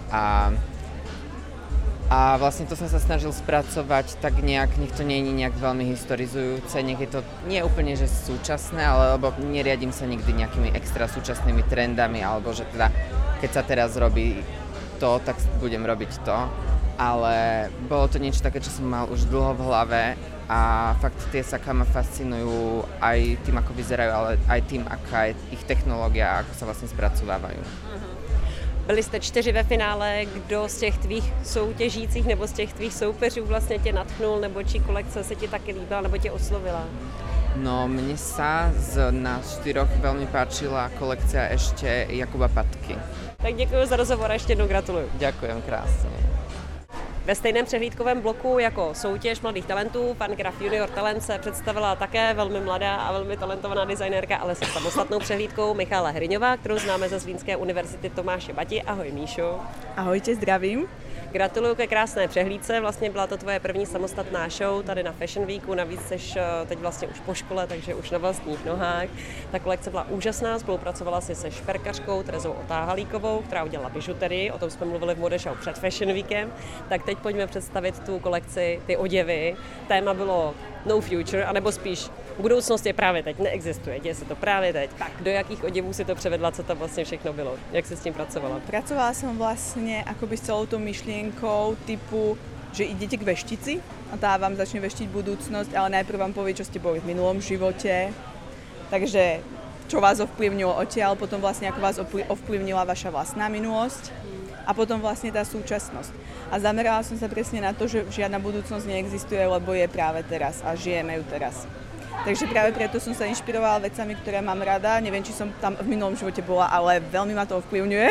a vlastne to som sa snažil spracovať tak nejak, nech to nie je nejak veľmi historizujúce, nech je to nie úplne že súčasné, ale lebo neriadím sa nikdy nejakými extra súčasnými trendami, alebo že teda keď sa teraz robí to, tak budem robiť to. Ale bolo to niečo také, čo som mal už dlho v hlave a fakt tie saká ma fascinujú aj tým, ako vyzerajú, ale aj tým, aká je ich technológia a ako sa vlastne spracovávajú. Byli jste 4 ve finále, kdo z těch tvých soutěžících nebo z těch tvých soupeřů vlastně tě nadchnul, nebo či kolekce se ti taky líbila, nebo tě oslovila? No, mne sa z nás 4 veľmi páčila kolekcia ešte Jakuba Patky. Tak děkuji za rozhovor a ještě jednou gratuluju. Ďakujem krásne. Ve stejném přehlídkovém bloku jako soutěž mladých talentů Fangraph Junior Talent se představila také velmi mladá a velmi talentovaná designérka, ale se samostatnou přehlídkou Michála Hryňová, kterou známe ze Zlínské univerzity Tomáše Bati. Ahoj Míšo. Ahojte, zdravím. Gratuluju ke krásné přehlídce, vlastně byla to tvoje první samostatná show tady na Fashion Weeku, navíc jsi teď vlastně už po škole, takže už na vlastních nohách. Ta kolekce byla úžasná, spolupracovala si se šperkařkou Terezou Otáhalíkovou, která udělala bižuterii, o tom jsme mluvili v Mode Show před Fashion Weekem, tak teď pojďme představit tu kolekci, ty oděvy. Téma bylo No Future, anebo spíš budoucnost je právě teď, neexistuje, děje se to právě teď. Tak, do jakých oděvů si to převedla, co tam vlastně všechno bylo? Jak si s tím pracovala? Pracovala som vlastne akoby s celou tou myšlienkou typu, že idete k veštici a tá vám začne veštiť budúcnosť, ale najprv vám povie, čo ste boli v minulom živote. Takže čo vás ovplyvnilo odtiaľ, potom vlastne ako vás ovplyvnila vaša vlastná minulosť a potom vlastne tá súčasnosť. A zamerala som sa presne na to, že žiadna budúcnosť neexistuje, lebo je práve teraz a žijeme ju teraz. Takže práve preto som sa inšpirovala vecami, ktoré mám rada. Neviem, či som tam v minulom živote bola, ale veľmi ma to ovplyvňuje.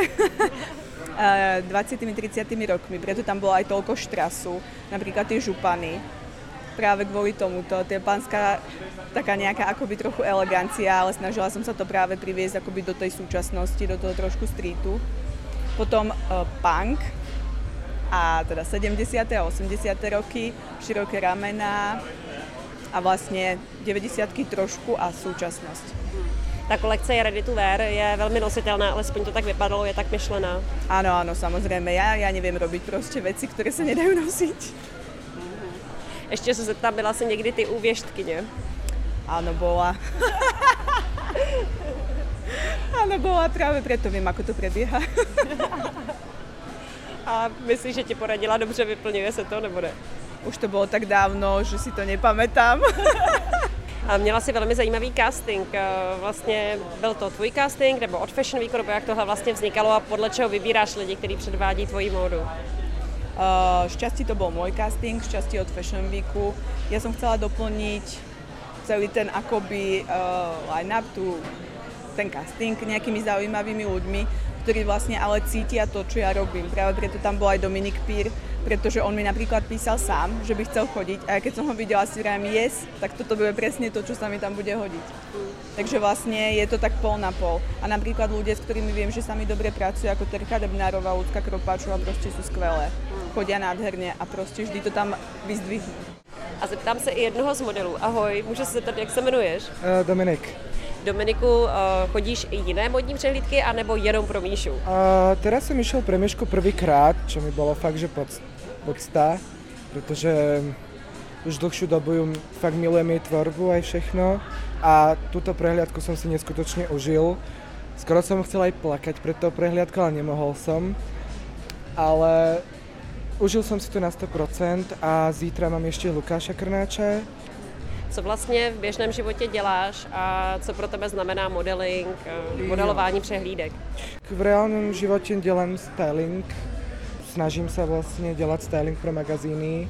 20. 30. rokmi, preto tam bolo aj toľko štrasu, napríklad tie župany. Práve kvôli tomuto, tie pánska taká nejaká akoby trochu elegancia, ale snažila som sa to práve priviesť akoby do tej súčasnosti, do toho trošku streetu. Potom punk a teda 70. a 80. roky, široké ramená a vlastne 90-ky trošku a súčasnosť. Ta kolekce je ready to wear, je velmi nositelná, alespoň to tak vypadalo, je tak myšlená. Áno, áno, samozrejme, ja neviem robiť proste veci, ktoré sa nedajú nosiť. Ještě se zeptám, byla jsi někdy ty u věštkyně? Áno, bola. Áno, bola, práve preto viem, ako to prebieha. A myslíš, že ti poradila dobře, vyplňuje se to, nebo ne? Už to bylo tak dávno, že si to nepamätám. A měla si velmi zajímavý casting. Vlastně byl to tvůj casting, nebo od Fashion Weeku, nebo jak tohle vlastně vznikalo a podle čeho vybíráš lidi, kteří předvádí tvoji módu? Šťastí to bol môj casting, šťastí od Fashion Weeku. Ja som chcela doplniť celý ten akoby line-up, ten casting nejakými zaujímavými ľuďmi, ktorí vlastne ale cítia to, čo ja robím. Práve preto tam bol aj Dominik Pír, pretože on mi napríklad písal sám, že by chcel chodiť a ja keď som ho videla, si vrajím yes, tak toto bude presne to, čo sa mi tam bude hodiť. Takže vlastne je to tak pol na pol. A napríklad ľudia, s ktorými viem, že sa mi dobre pracujú, ako Terka Debnárová, Ľudka Kropáčová, proste sú skvelé. Chodia nádherne a proste vždy to tam vyzdvihnú. A zeptám se i jednoho z modelů. Ahoj, můžu se zeptat, jak se jmenuješ? Dominik. Dominiku, chodíš i jiné modní přehlídky, anebo jenom pro Míšu? Teraz som išiel pre Míšku prvýkrát, čo mi bolo fakt, že podsta, pretože už dlhšiu dobu ju fakt milujem jej tvorbu aj všechno a túto prehliadku som si neskutočne užil. Skoro som chcel aj plakať pred tou prehliadkou, ale nemohol som. Ale užil som si to na 100% a zítra mám ještě Lukáša Krnáče. Co vlastně v běžném životě děláš a co pro tebe znamená modeling, modelování přehlídek? V reálnom životě dělám styling. Snažím se vlastně dělat styling pro magazíny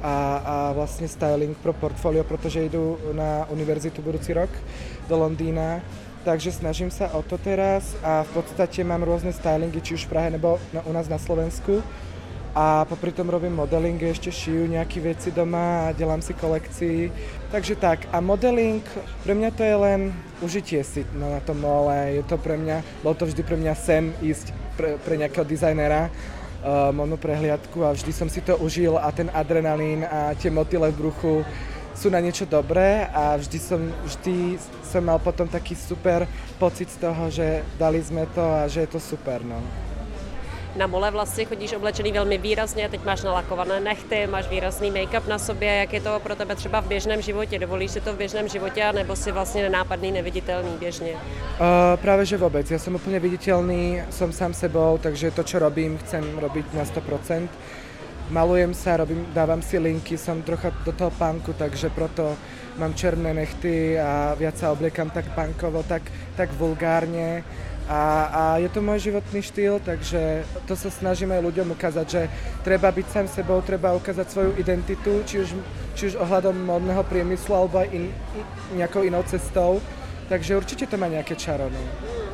a vlastně styling pro portfolio, protože jdu na univerzitu budoucí rok do Londýna. Takže snažím se o to teraz a v podstatě mám různé stylingy, či už v Prahe nebo u nás na Slovensku. A popri tom robím modeling, ještě šiju nějaké věci doma a dělám si kolekci. Takže tak. A modeling, pre mňa to je len užitie si na tom mole. Je to pre mňa, bol to vždy pre mňa sen ísť pre nejakého dizajnera modnú prehliadku a vždy som si to užil a ten adrenalín a tie motyle v bruchu sú na niečo dobré a vždy som mal potom taký super pocit z toho, že dali sme to a že je to super. No. Na mole vlastně chodíš oblečený velmi výrazně, teď máš nalakované nechty, máš výrazný make-up na sobě, jak je to pro tebe třeba v běžném životě? Dovolíš si to v běžném životě, nebo si vlastně nenápadný, neviditelný běžně? Práve že vôbec, ja som úplne viditeľný, som sám sebou, takže to, čo robím, chcem robiť na 100%. Malujem sa, dávam si linky, som trocha do toho punku, takže proto mám černé nechty a viac sa obliekam tak punkovo, tak vulgárne. A je to môj životný štýl, takže to sa snažím aj ľuďom ukázať, že treba byť sám sebou, treba ukázať svoju identitu, či už ohľadom módneho priemyslu alebo aj nejakou inou cestou. Takže určitě to má nějaké čaro. No.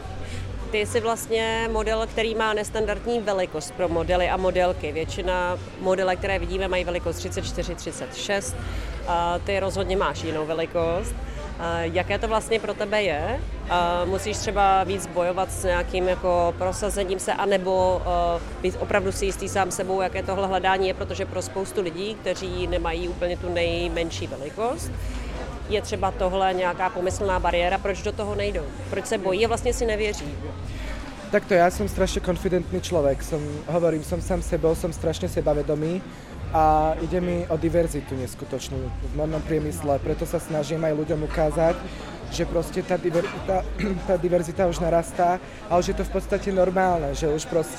Ty jsi vlastně model, který má nestandardní velikost pro modely a modelky. Většina modelek, které vidíme, mají velikost 34, 36. Ty rozhodně máš jinou velikost. Jaké to vlastně pro tebe je? Musíš třeba víc bojovat s nějakým jako prosazením se, anebo být opravdu si jistý sám sebou, jaké tohle hledání je, protože pro spoustu lidí, kteří nemají úplně tu nejmenší velikost, je třeba tohle nějaká pomyslná bariéra, proč do toho nejdou? Proč se bojí a vlastně si nevěří? Takto, ja som strašne konfidentný človek, som sám sebou, som strašne sebavedomý a ide mi o diverzitu neskutočnú v modnom priemysle, preto sa snažím aj ľuďom ukázať, že proste tá diverzita už narastá, ale že to v podstate normálne, že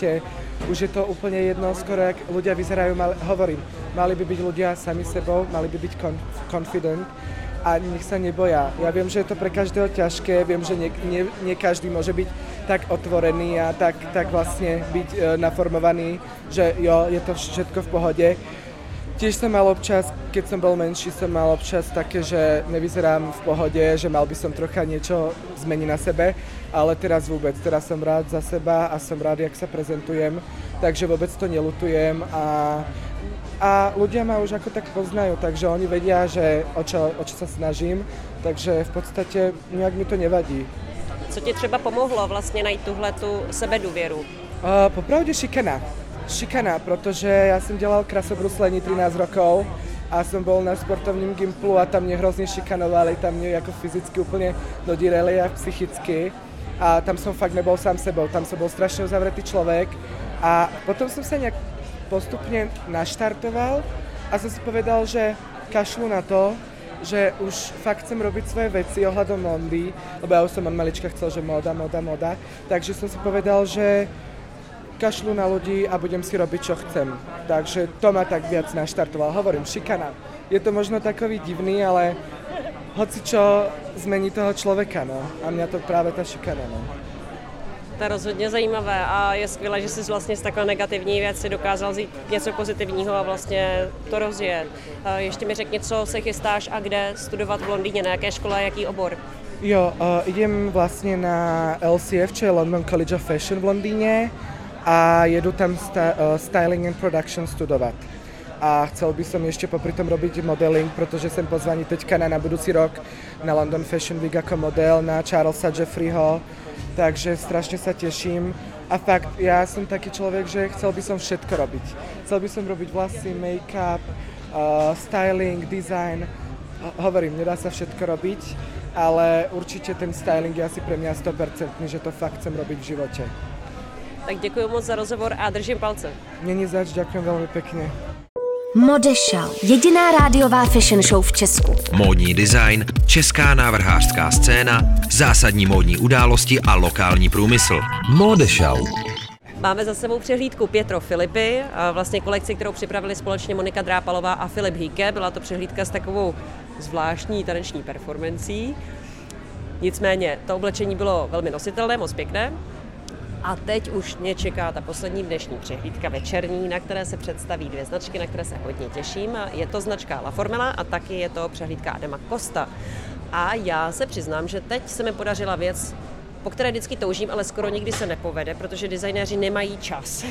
už je to úplne jedno, skoro jak ľudia vyzerajú, hovorím, mali by byť ľudia sami sebou, mali by byť confident a nech sa neboja. Ja viem, že je to pre každého ťažké, viem, že nie každý môže byť tak otvorený a tak vlastne byť naformovaný, že jo, je to všetko v pohode. Tiež som mal občas, keď som bol menší, som mal občas také, že nevyzerám v pohode, že mal by som trocha niečo zmeniť na sebe, ale teraz vôbec, teraz som rád za seba a som rád, jak sa prezentujem, takže vôbec to nelutujem a ľudia ma už ako tak poznajú, takže oni vedia, že o čo sa snažím, takže v podstate nejak mi to nevadí. Co ti třeba pomohlo vlastně najít tuhletu sebedůvěru? Popravde šikana, protože já jsem dělal krasobruslení 13 rokov a jsem bol na sportovním gimplu a tam mě hrozně šikanovali, tam mě jako fyzicky úplně dodírali a psychicky a tam som fakt nebol sám sebou, tam som bol strašne uzavretý človek a potom som sa nejak postupne naštartoval a som si povedal, že kašlu na to, že už fakt chcem robiť svoje veci ohľadom módy, lebo ja už som od malička chcel, že móda, takže som si povedal, že kašlu na ľudí a budem si robiť, čo chcem. Takže to ma tak viac naštartoval. Hovorím, šikana. Je to možno takový divný, ale hoci čo zmení toho človeka, no. A mňa to práve tá šikana, no. To je rozhodně zajímavé a je skvělé, že jsi vlastně z takové negativní věci dokázal vzít něco pozitivního a vlastně to rozjet. Ještě mi řekni, co se chystáš a kde studovat v Londýně, na jaké škole a jaký obor? Jo, idem vlastne na LCF, čo je London College of Fashion v Londýne a jedu tam styling and production studovat. A chcel by som ešte popri tom robiť modeling, protože som pozvaný teďka na budúci rok na London Fashion Week ako model na Charlesa Jeffreyho, takže strašne sa teším. A fakt, ja som taký človek, že chcel by som všetko robiť. Chcel by som robiť vlasy, make-up, styling, design. Hovorím, nedá sa všetko robiť, ale určite ten styling je asi pre mňa 100%, že to fakt chcem robiť v živote. Tak děkuji moc za rozhovor a držím palce. Není zač, ďakujem veľmi pekne. Modeshow. Jediná rádiová fashion show v Česku. Módní design, česká návrhářská scéna, zásadní módní události a lokální průmysl. Modeshow. Máme za sebou přehlídku Pietro Filippi, vlastně kolekci, kterou připravili společně Monika Drápalová a Filip Hýke. Byla to přehlídka s takovou zvláštní taneční performancí. Nicméně to oblečení bylo velmi nositelné, moc pěkné. A teď už mě čeká ta poslední dnešní přehlídka večerní, na které se představí dvě značky, na které se hodně těším. Je to značka La Formela a taky je to přehlídka Adama Costa. A já se přiznám, že teď se mi podařila věc, po které vždycky toužím, ale skoro nikdy se nepovede, protože designéři nemají čas.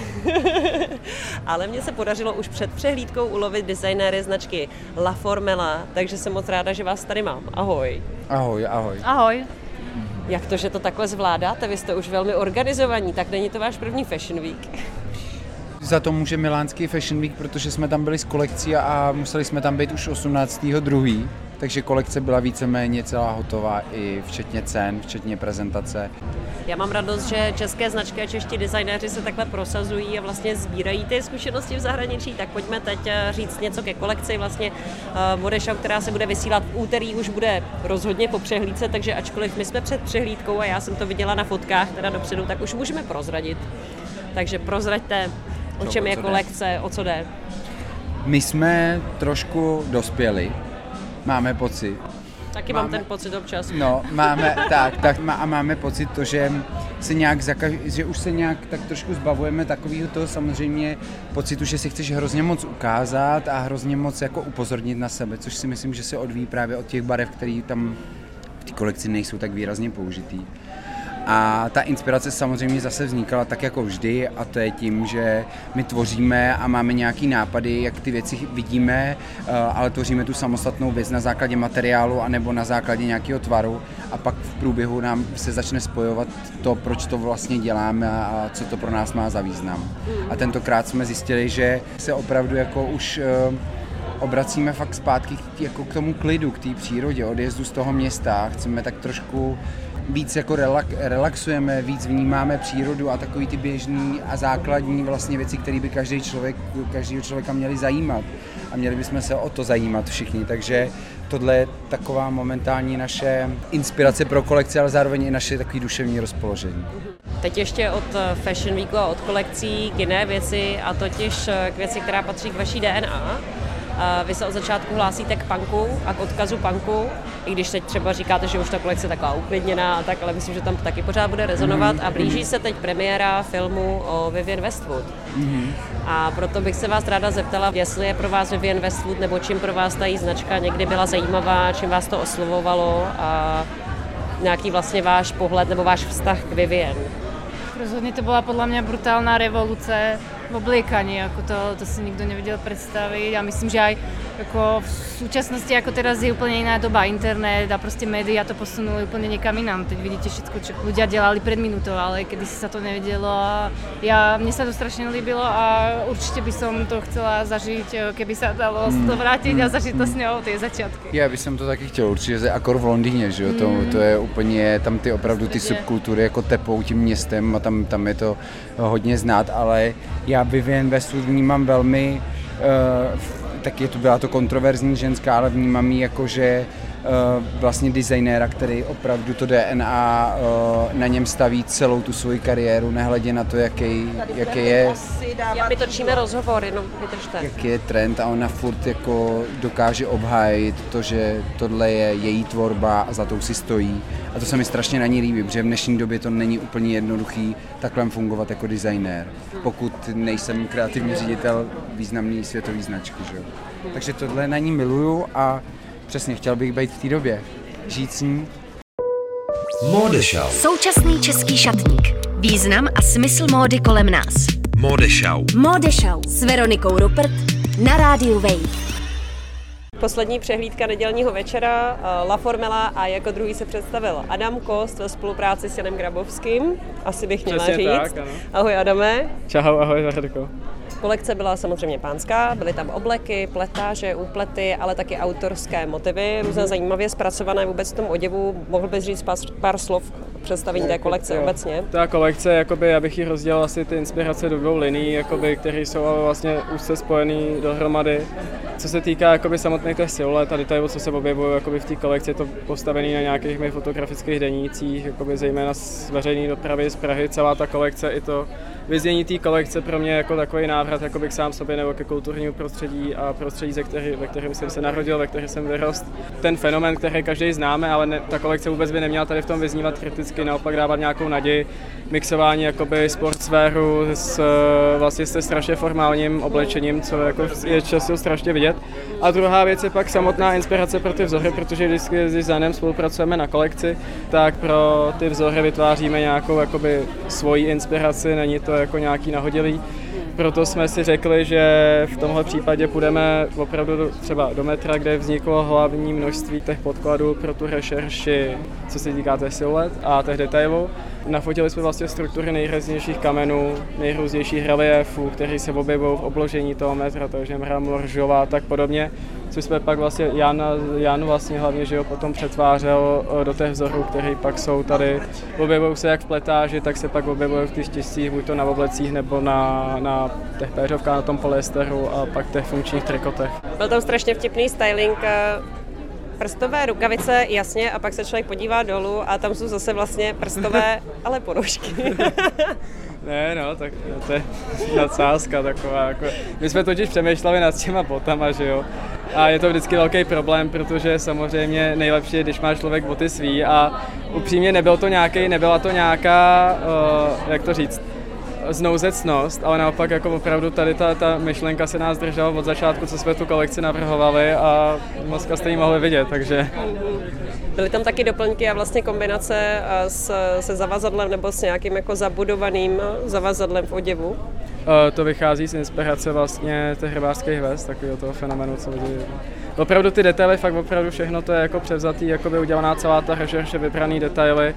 Ale mně se podařilo už před přehlídkou ulovit designéry značky La Formela, takže jsem moc ráda, že vás tady mám. Ahoj. Ahoj, ahoj. Ahoj. Jak to, že to takhle zvládáte? Vy jste už velmi organizovaní, tak není to váš první Fashion Week? Za to může milánský Fashion Week, protože jsme tam byli s kolekcí a museli jsme tam být už 18.2. Takže kolekce byla víceméně celá hotová, i včetně cen, včetně prezentace. Já mám radost, že české značky a čeští designéři se takhle prosazují a vlastně sbírají ty zkušenosti v zahraničí. Tak pojďme teď říct něco ke kolekci. Vlastně Modeshow, která se bude vysílat v úterý, už bude rozhodně po přehlídce, takže ačkoliv my jsme před přehlídkou a já jsem to viděla na fotkách teda dopředu, tak už můžeme prozradit. Takže prozraďte, o čem je kolekce, o co jde. My jsme trošku dospěli. Máme pocit. Taky mám ten pocit občas. No, máme pocit to, že se nějak že už se nějak tak trošku zbavujeme takového toho samozřejmě pocitu, že si chceš hrozně moc ukázat a hrozně moc jako upozornit na sebe, což si myslím, že se odvíjí právě od těch barev, které tam v té kolekci nejsou tak výrazně použitý. A ta inspirace samozřejmě zase vznikala tak jako vždy a to je tím, že my tvoříme a máme nějaký nápady, jak ty věci vidíme, ale tvoříme tu samostatnou věc na základě materiálu anebo na základě nějakého tvaru a pak v průběhu nám se začne spojovat to, proč to vlastně děláme a co to pro nás má za význam. A tentokrát jsme zjistili, že se opravdu jako už obracíme fakt zpátky jako k tomu klidu, k té přírodě, odjezdu z toho města. Chceme tak trošku víc jako relaxujeme, víc vnímáme přírodu a takový ty běžný a základní vlastně věci, které by každého člověka měly zajímat. A měli bychom se o to zajímat všichni, takže tohle je taková momentální naše inspirace pro kolekci, ale zároveň i naše takové duševní rozpoložení. Teď ještě od Fashion Weeku a od kolekcí k jiné věci, a totiž k věci, která patří k vaší DNA. Vy se od začátku hlásíte k punku a k odkazu punku, i když teď třeba říkáte, že už ta kolekce je taková uklidněná a tak, ale myslím, že tam to taky pořád bude rezonovat a blíží se teď premiéra filmu o Vivienne Westwood. A proto bych se vás ráda zeptala, jestli je pro vás Vivienne Westwood nebo čím pro vás ta její značka někdy byla zajímavá, čím vás to oslovovalo a nějaký vlastně váš pohled nebo váš vztah k Vivienne. Rozhodně to byla podľa mňa brutálna revolúcia v obliekaní, ako to si nikto nevedel predstaviť a myslím, že aj ako v súčasnosti, ako teraz je úplne iná doba, internet a proste médiá to posunuli úplne niekam inám. Teď vidíte všetko, čo ľudia delali pred minútou, ale kedysi sa to nevedelo a mne sa to strašne ľúbilo a určite by som to chcela zažiť, keby sa dalo to vrátiť a zažiť to s ňou tie začiatky. Já bych to taky chtěl, určitě Akor v Londýně, že jo, to je úplně, tam ty opravdu ty subkultury jako tepou tím městem a tam je to hodně znát, ale já Vivienne Westwood vnímám velmi, taky byla to kontroverzní ženská, ale vnímám ji jako, že vlastně designéra, který opravdu to DNA na něm staví celou tu svoji kariéru, nehledě na to, jaký je. My točíme rozhovor, jenom vydržte. Jaký je trend a ona furt jako dokáže obhájit to, že tohle je její tvorba a za tou si stojí. A to se mi strašně na ní líbí, protože v dnešní době to není úplně jednoduchý takhle fungovat jako designér, pokud nejsem kreativní ředitel významný světový značky. Že? Takže tohle na ní miluju a přesně, chtěl bych být v té době, žít s ní. Modeshow. Současný český šatník. Význam a smysl módy kolem nás. Modeshow. Modeshow s Veronikou Rupert na rádiu Wave. Poslední přehlídka nedělního večera, La Formela a jako druhý se představil Adam Kost ve spolupráci s Janem Grabovským. Asi bych měla Přesně říct. Tak, ano. Ahoj Adame. Čau, ahoj Veronico. Kolekce byla samozřejmě pánská, byly tam obleky, pletáže, úplety, ale taky autorské motivy, různě zajímavě zpracované vůbec v tom oděvu. Mohl bys říct pár slov představení té kolekce obecně. Ta kolekce, jakoby, já bych ji rozdělil asi ty inspirace do dvou linií, jakoby, které jsou ale vlastně úzce spojené dohromady. Co se týká jakoby, samotných těch siluet a detailů, co se objevují jakoby, v té kolekci, je to postavené na nějakých mých fotografických denících, jakoby, zejména z veřejné dopravy z Prahy, celá ta kolekce i to vyznění té kolekce pro mě jako takový návrat jakoby, k sám sobě nebo ke kulturnímu prostředí a prostředí, ve kterém jsem se narodil, ve kterém jsem vyrost. Ten fenomén, který každý známe, ale ta kolekce vůbec by neměla tady v tom vyznívat kriticky, naopak dávat nějakou naději, mixování jakoby sportswearu vlastně se strašně formálním oblečením, co jako je často strašně vidět. A druhá věc je pak samotná inspirace pro ty vzory, protože vždycky s Janem spolupracujeme na kolekci, tak pro ty vzory vytváříme nějakou jakoby svoji inspiraci, není to jako nějaký nahodilý. Proto jsme si řekli, že v tomhle případě půjdeme opravdu třeba do metra, kde vzniklo hlavní množství těch podkladů pro tu rešerši, co se týká těch siluet a těch detailů. Nafotili jsme vlastně struktury nejrůznějších kamenů, nejrůznějších reliéfů, které se objevují v obložení toho metra, takže mramor, žova a tak podobně. Což jsme pak vlastně Jan vlastně hlavně, že ho potom přetvářel do těch vzorů, které pak jsou tady. Objevují se jak v pletáži, tak se pak objevují v těch štěstích, buď to na oblecích nebo na těch péřovkách, na tom polyesteru a pak těch funkčních trikotech. Byl tam strašně vtipný styling, prstové rukavice, jasně, a pak se člověk podívá dolů a tam jsou zase vlastně prstové, ale ponožky. Ne, no, tak to je nadsázka taková. Jako. My jsme totiž přemýšleli nad těma botama, že jo. A je to vždycky velký problém, protože samozřejmě nejlepší je, když má člověk boty svý a upřímně nebyla to nějaká, jak to říct, znouzecnost, ale naopak jako opravdu tady ta myšlenka se nás držela od začátku, co jsme tu kolekci navrhovali a dneska jste ji mohli vidět, takže... Byly tam taky doplňky a vlastně kombinace se zavazadlem nebo s nějakým jako zabudovaným zavazadlem v oděvu? To vychází z inspirace vlastně těch rybářských vest, takového toho fenomenu, co lidi... Opravdu ty detaily, fakt opravdu všechno to je jako převzatý, jako by udělaná celá ta rešerše, vybraný detaily,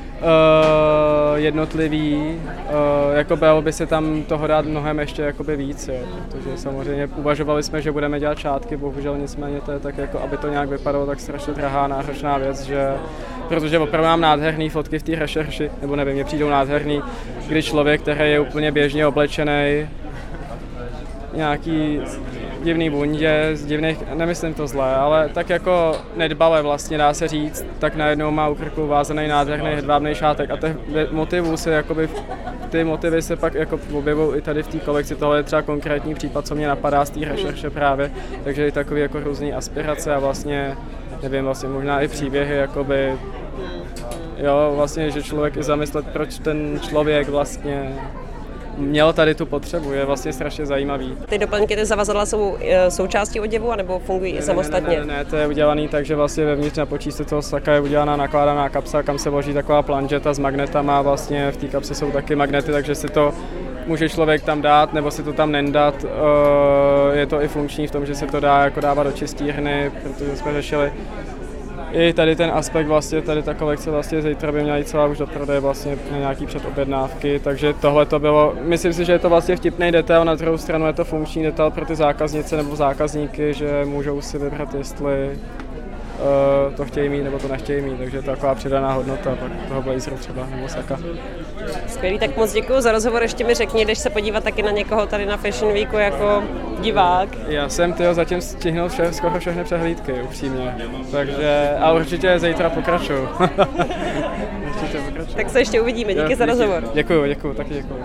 jednotlivý, jako bylo by se tam toho dát mnohem ještě jakoby víc, jo, protože samozřejmě uvažovali jsme, že budeme dělat šátky, bohužel nicméně to je tak jako, aby to nějak vypadalo tak strašně drahá, náročná věc, že protože opravdu mám nádherný fotky v té rešerši, nebo nevím, mně přijdou nádherný, kdy člověk, který je úplně běžně oblečený, nějaký divný bundě, z divných, nemyslím to zlé, ale tak jako nedbale vlastně dá se říct, tak najednou má u krku vázaný nádherný hedvábný šátek a těch motivů se jakoby, ty motivy se pak jako objevují i tady v té kolekci, tohle je třeba konkrétní případ, co mě napadá z té rešerše právě, takže i takový jako různý aspirace a vlastně, nevím, vlastně možná i příběhy, jakoby, jo, vlastně, že člověk i zamyslet, proč ten člověk vlastně měl tady tu potřebu, je vlastně strašně zajímavý. Ty doplňky, ty zavazadla jsou součástí oděvu, anebo fungují i samostatně? Ne, to je udělaný tak, že vlastně vevnitř na počístce toho saka je udělaná nakládaná kapsa, kam se vloží taková planžeta s magnetama, vlastně v té kapse jsou taky magnety, takže si to může člověk tam dát, nebo si to tam nendat. Je to i funkční v tom, že se to dá jako dávat do čistírny, protože jsme řešili i tady ten aspekt vlastně, tady ta kolekce vlastně zítra by měla jít celá už do prodeje vlastně na nějaký předobjednávky, takže tohle to bylo, myslím si, že je to vlastně vtipný detail, na druhou stranu je to funkční detail pro ty zákaznice nebo zákazníky, že můžou si vybrat, jestli to chtějí mít nebo to nechtějí mít, takže je to taková přidaná hodnota pak toho blazeru třeba nebo saka. Skvělý, tak moc děkuji za rozhovor, ještě mi řekni, jdeš se podívat taky na někoho tady na Fashion Weeku jako divák. Já jsem zatím stihnul skoro všechny přehlídky, upřímně, takže, a určitě zítra pokračuju. Tak se ještě uvidíme, díky za rozhovor. Děkuju, taky děkuju.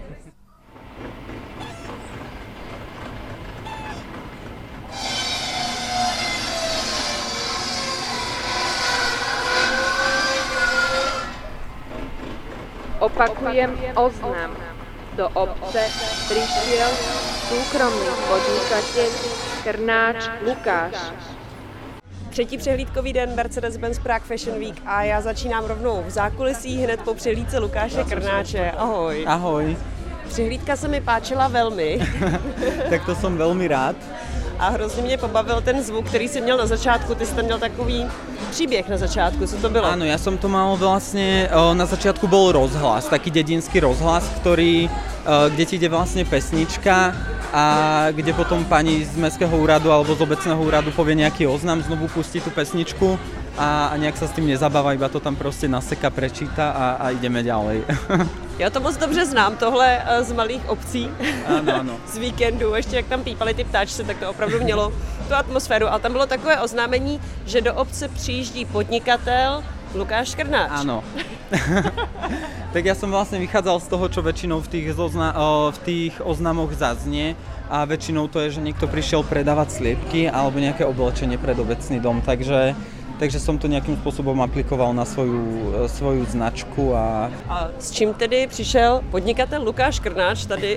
Opakujem oznam. Do obce prišiel súkromný podnikateľ Krnáč Lukáš. Třetí přehlídkový den Mercedes-Benz Prague Fashion Week a já začínám rovnou v zákulisí hned po přehlídce Lukáše Krnáče. Ahoj. Ahoj. Přehlídka se mi páčila velmi. Tak to jsem velmi rád. A hrozně mě pobavil ten zvuk, který jsi měl na začátku. Ty jsi tam měl takový příběh na začátku, co to bylo? Áno, ja som to mal vlastne, na začiatku bol rozhlas, taký dedinský rozhlas, ktorý, kde ti ide vlastne pesnička a kde potom pani z mestského úradu alebo z obecného úradu povie nejaký oznam, znovu pustí tú pesničku a nejak sa s tým nezabáva, iba to tam proste naseka, prečíta a ideme ďalej. Já to moc dobře znám, tohle z malých obcí, ano. z víkendu, ještě jak tam pípali ty ptáčci, tak to opravdu mělo tu atmosféru. Ale tam bylo takové oznámení, že do obce přijíždí podnikatel Lukáš Škrnáč. Áno. Tak ja som vlastne vychádzal z toho, čo väčšinou v tých oznamoch zaznie a väčšinou to je, že niekto prišiel predávať sliepky alebo nejaké oblečenie pred obecný dom, takže som to nejakým spôsobom aplikoval na svoju značku. A s čím tedy přišel podnikatel Lukáš Škrnáč tady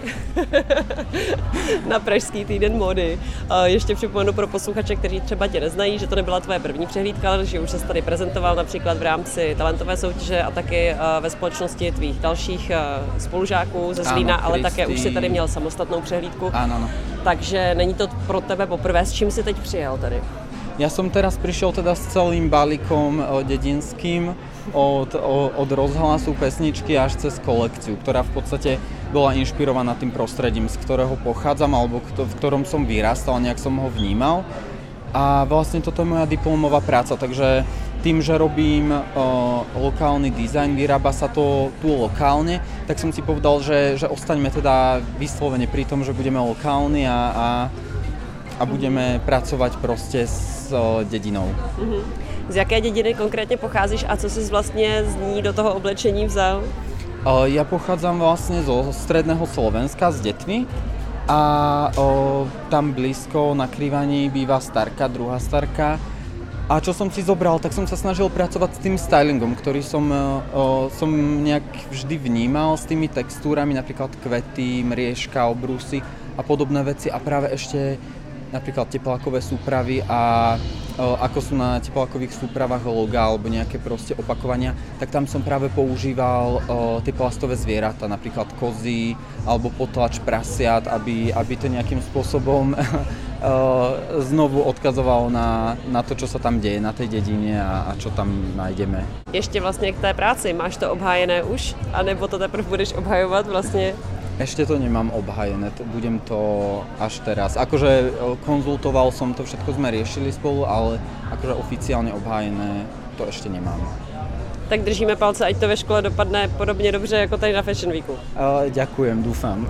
na Pražský týden módy? Ještě připomenu pro posluchače, kteří třeba tě neznají, že to nebyla tvoje první přehlídka, ale že už se tady prezentoval například v rámci talentové soutěže a taky ve společnosti tvých dalších spolužáků ze Zlína, ale také už si tady měl samostatnou přehlídku. Áno. Takže není to pro tebe poprvé, s čím si teď přijel tady? Ja som teraz prišiel teda s celým balíkom dedinským od rozhlasu, pesničky až cez kolekciu, ktorá v podstate bola inšpirovaná tým prostredím, z ktorého pochádzam alebo v ktorom som vyrastal, nejak som ho vnímal. A vlastne toto je moja diplomová práca, takže tým, že robím lokálny dizajn, vyrába sa to tu lokálne, tak som si povedal, že ostaňme teda vyslovene pri tom, že budeme lokálni a budeme pracovať proste s dedinou. Z jaké dědiny konkrétně pocházíš a co jsi vlastně z ní do toho oblečení vzal? Ja pochádzam vlastne zo stredného Slovenska, z Detvy a tam blízko na Krivaní býva starka, druhá starka. A čo som si zobral, tak som sa snažil pracovať s tým stylingom, ktorý som nejak vždy vnímal, s tými textúrami, napríklad kvety, mriežka, obrusy a podobné veci a práve ešte napríklad teplákové súpravy a ako sú na teplákových súpravách loga alebo nejaké proste opakovania, tak tam som práve používal tie plastové zvieratá, napríklad kozy alebo potlač prasiat, aby to nejakým spôsobom znovu odkazoval na to, čo sa tam deje na tej dedine a čo tam nájdeme. Ještě vlastně k té práci, máš to obhájené už? A nebo to teprve budeš obhajovat vlastně? Ešte to nemám obhajené, budem to až teraz. Akože konzultoval som to, všetko sme riešili spolu, ale akože oficiálne obhajené to ešte nemám. Tak držíme palce, ať to ve škole dopadne podobně dobře jako tady na Fashion Weeku. Ďakujem, dúfam.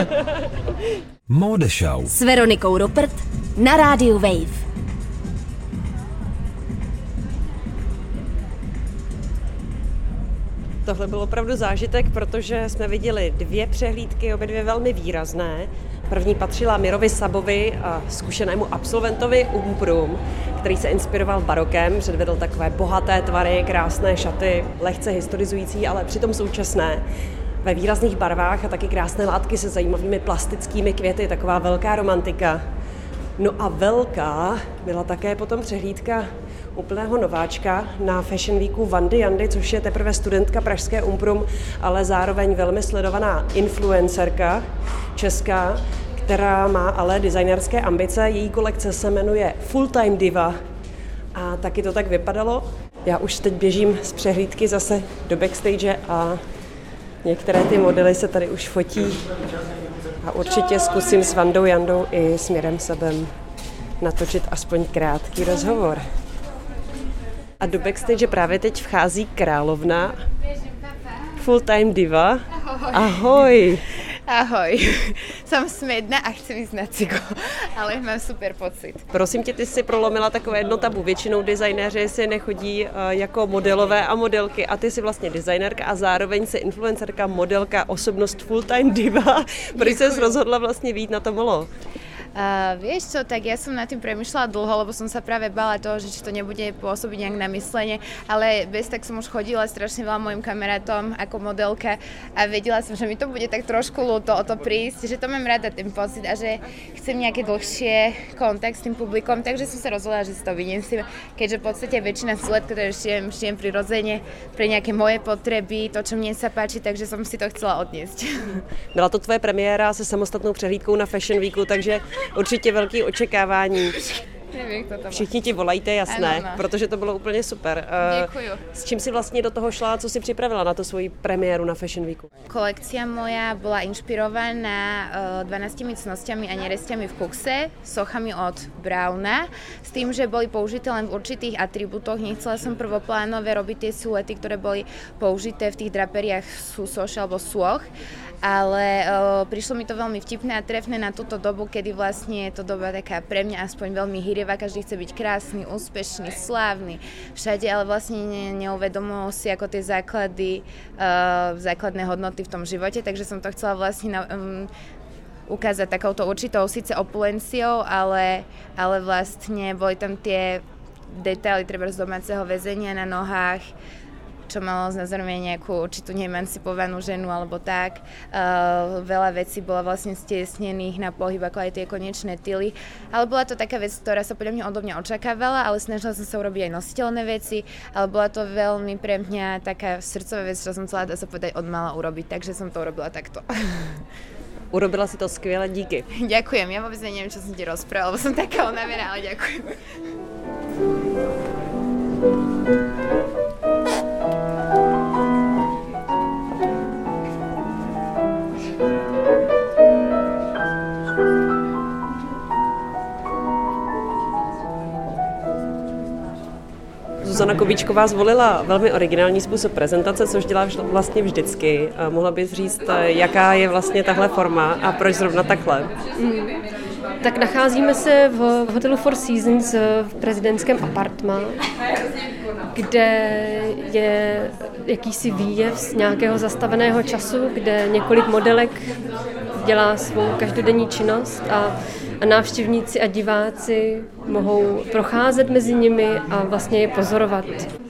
Mode Show s Veronikou Rupert na rádiu Wave. Tohle byl opravdu zážitek, protože jsme viděli 2 přehlídky, obě 2 velmi výrazné. První patřila Mirovi Sabovi, zkušenému absolventovi Umprum, který se inspiroval barokem, předvedl takové bohaté tvary, krásné šaty, lehce historizující, ale přitom současné, ve výrazných barvách a taky krásné látky se zajímavými plastickými květy, taková velká romantika. No a velká byla také potom přehlídka úplného nováčka na Fashion Weeku Vandy Jandy, což je teprve studentka pražské Umprum, ale zároveň velmi sledovaná influencerka česká, která má ale designerské ambice. Její kolekce se jmenuje Full Time Diva a taky to tak vypadalo. Já už teď běžím z přehlídky zase do backstage a některé ty modely se tady už fotí a určitě zkusím s Vandou Jandou i s Mirem Sabem natočit aspoň krátký rozhovor. A do backstage právě teď vchází královna, Full Time Diva. Ahoj. Ahoj, jsem smedná a chci jít na cigo, ale mám super pocit. Prosím tě, ty jsi prolomila takové jedno tabu. Většinou designéři si nechodí jako modelové a modelky a ty jsi vlastně designérka a zároveň jsi influencerka, modelka, osobnost Full Time Diva. Proč jsi rozhodla vlastně vyjít na to molo? Vieš čo, tak ja som nad tým premýšľala dlho, lebo som sa práve bála toho, že či to nebude pôsobiť nejak na myslenie, ale bez tak som už chodila strašne veľa mojim kamarátom ako modelka a vedela som, že mi to bude tak trošku ľúto o to prísť, že to mám rada ten pocit a že chcem nejaké dlhšie kontakt s tým publikom, takže som sa rozhodla, že si to vyniesím, keďže v podstate väčšina siluet, ktoré šijem prirodzene pre nejaké moje potreby, to, čo mne sa páči, takže som si to chcela odniesť. Byla to tvoje premiéra se samostatnou přehlídkou na Fashion Weeku, takže určitě velký očekávání. Nevím, kdo to byl. Všichni ti volajte, jasné, ano. Protože to bylo úplně super. Děkuju. S čím si vlastně do toho šla, co si připravila na tu svoji premiéru na Fashion Weeku? Kolekcia moja bola inšpirovaná 12 cnostiami a nerestiami v kukse, sochami od Browna, s tým, že boli použité len v určitých atribútoch. Nechcela som prvoplánové robiť tie siluety, ktoré boli použité v tých draperiách súsoš alebo sôch, ale prišlo mi to veľmi vtipné a trefné na túto dobu, kedy vlastne je to doba taká pre mňa aspoň veľmi hýrivá, každý chce byť krásny, úspešný, slávny všade, ale vlastne neuvedomujú si ako tie základné hodnoty v tom živote, takže som to chcela vlastne ukázať takouto určitou síce opulenciou, ale vlastne boli tam tie detaily treba z domáceho väzenia na nohách, čo malo znázorňovať nejakú určitú neemancipovanú ženu alebo tak. Veľa vecí bola vlastne stiesnených na pohyb, ako aj tie konečné tyly. Ale bola to taká vec, ktorá sa podľa mňa odo mňa očakávala, ale snažila som sa urobiť aj nositeľné veci, ale bola to veľmi pre mňa taká srdcová vec, čo som chcela, dá sa povedať, od mala urobiť, takže som to urobila takto. Urobila si to skvěle, díky. Ďakujem, ja vôbec neviem, čo som ti rozprávala, lebo som taká unavená, ale ďakujem. Zuzana Kubíčková zvolila velmi originální způsob prezentace, což dělá vlastně vždycky. Mohla bys říct, jaká je vlastně tahle forma a proč zrovna takhle? Tak nacházíme se v hotelu Four Seasons v prezidentském apartmá, kde je jakýsi výjev z nějakého zastaveného času, kde několik modelek dělá svou každodenní činnost a návštěvníci a diváci mohou procházet mezi nimi a vlastně je pozorovat.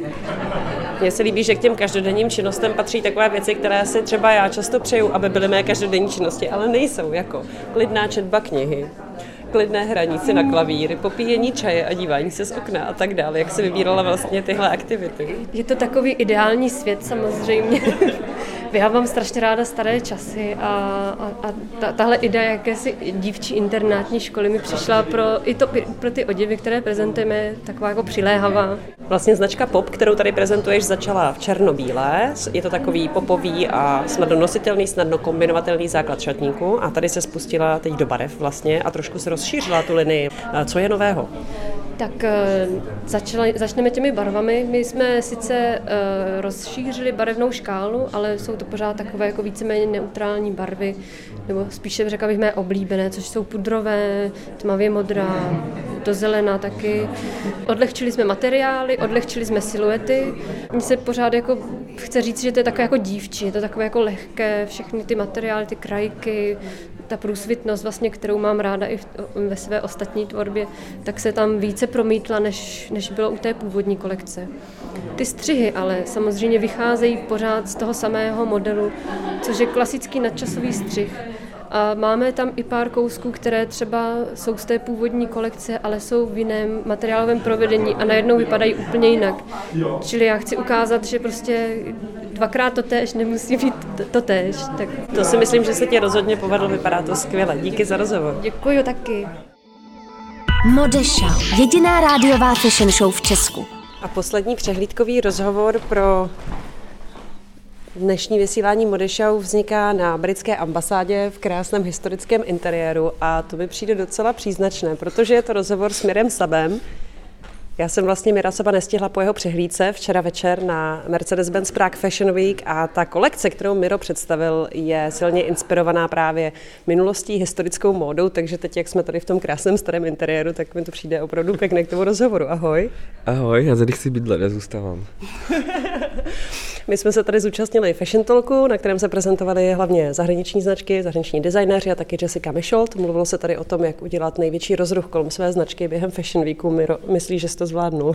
Mně se líbí, že k těm každodenním činnostem patří takové věci, které si třeba já často přeju, aby byly mé každodenní činnosti, ale nejsou, jako klidná četba knihy, klidné hraní si na klavíry, popíjení čaje a dívání se z okna a tak dále. Jak jsi vybírala vlastně tyhle aktivity? Je to takový ideální svět samozřejmě. Já mám strašně ráda staré časy a tahle idea jakési dívčí internátní školy mi přišla pro ty oděvy, které prezentujeme, taková jako přiléhavá. Vlastně značka Pop, kterou tady prezentuješ, začala v černobílé. Je to takový popový a snadno nositelný, snadno kombinovatelný základ šatníku a tady se spustila teď do barev vlastně a trošku se rozšířila tu linii. Co je nového? Tak začneme těmi barvami. My jsme sice rozšířili barevnou škálu, ale jsou to pořád takové jako víceméně neutrální barvy, nebo spíše řekla bych mé oblíbené, což jsou pudrové, tmavě modrá, do zelena taky. Odlehčili jsme materiály, odlehčili jsme siluety. Mně se pořád jako chce říct, že to je takové jako dívčí, je to takové jako lehké, všechny ty materiály, ty krajky, ta průsvitnost, vlastně, kterou mám ráda i ve své ostatní tvorbě, tak se tam více promítla, než bylo u té původní kolekce. Ty střihy ale samozřejmě vycházejí pořád z toho samého modelu, což je klasický nadčasový střih. A máme tam i pár kousků, které třeba jsou z té původní kolekce, ale jsou v jiném materiálovém provedení a najednou vypadají úplně jinak. Čili já chci ukázat, že prostě dvakrát totéž nemusí být totéž. Tak. To si myslím, že se ti rozhodně povedlo, vypadá to skvěle. Díky za rozhovor. Děkuji taky. Mode Show, jediná rádiová fashion show v Česku. A poslední přehlídkový rozhovor pro dnešní vysílání Mode Show vzniká na britské ambasádě v krásném historickém interiéru a to mi přijde docela příznačné, protože je to rozhovor s Mirem Sabem. Já jsem vlastně Mira Saba nestihla po jeho přehlídce včera večer na Mercedes-Benz Prague Fashion Week a ta kolekce, kterou Miro představil, je silně inspirovaná právě minulostí, historickou módou, takže teď, jak jsme tady v tom krásném starém interiéru, tak mi to přijde opravdu pěkné k tomu rozhovoru. Ahoj. Ahoj, já tady chci bydlet, já zůstávám. My jsme se tady zúčastnili Fashion Talku, na kterém se prezentovaly hlavně zahraniční značky, zahraniční designéři a taky Jessica Michault. Mluvilo se tady o tom, jak udělat největší rozruch kolem své značky během Fashion Weeku. Miro, myslíš, že jsi to zvládnul?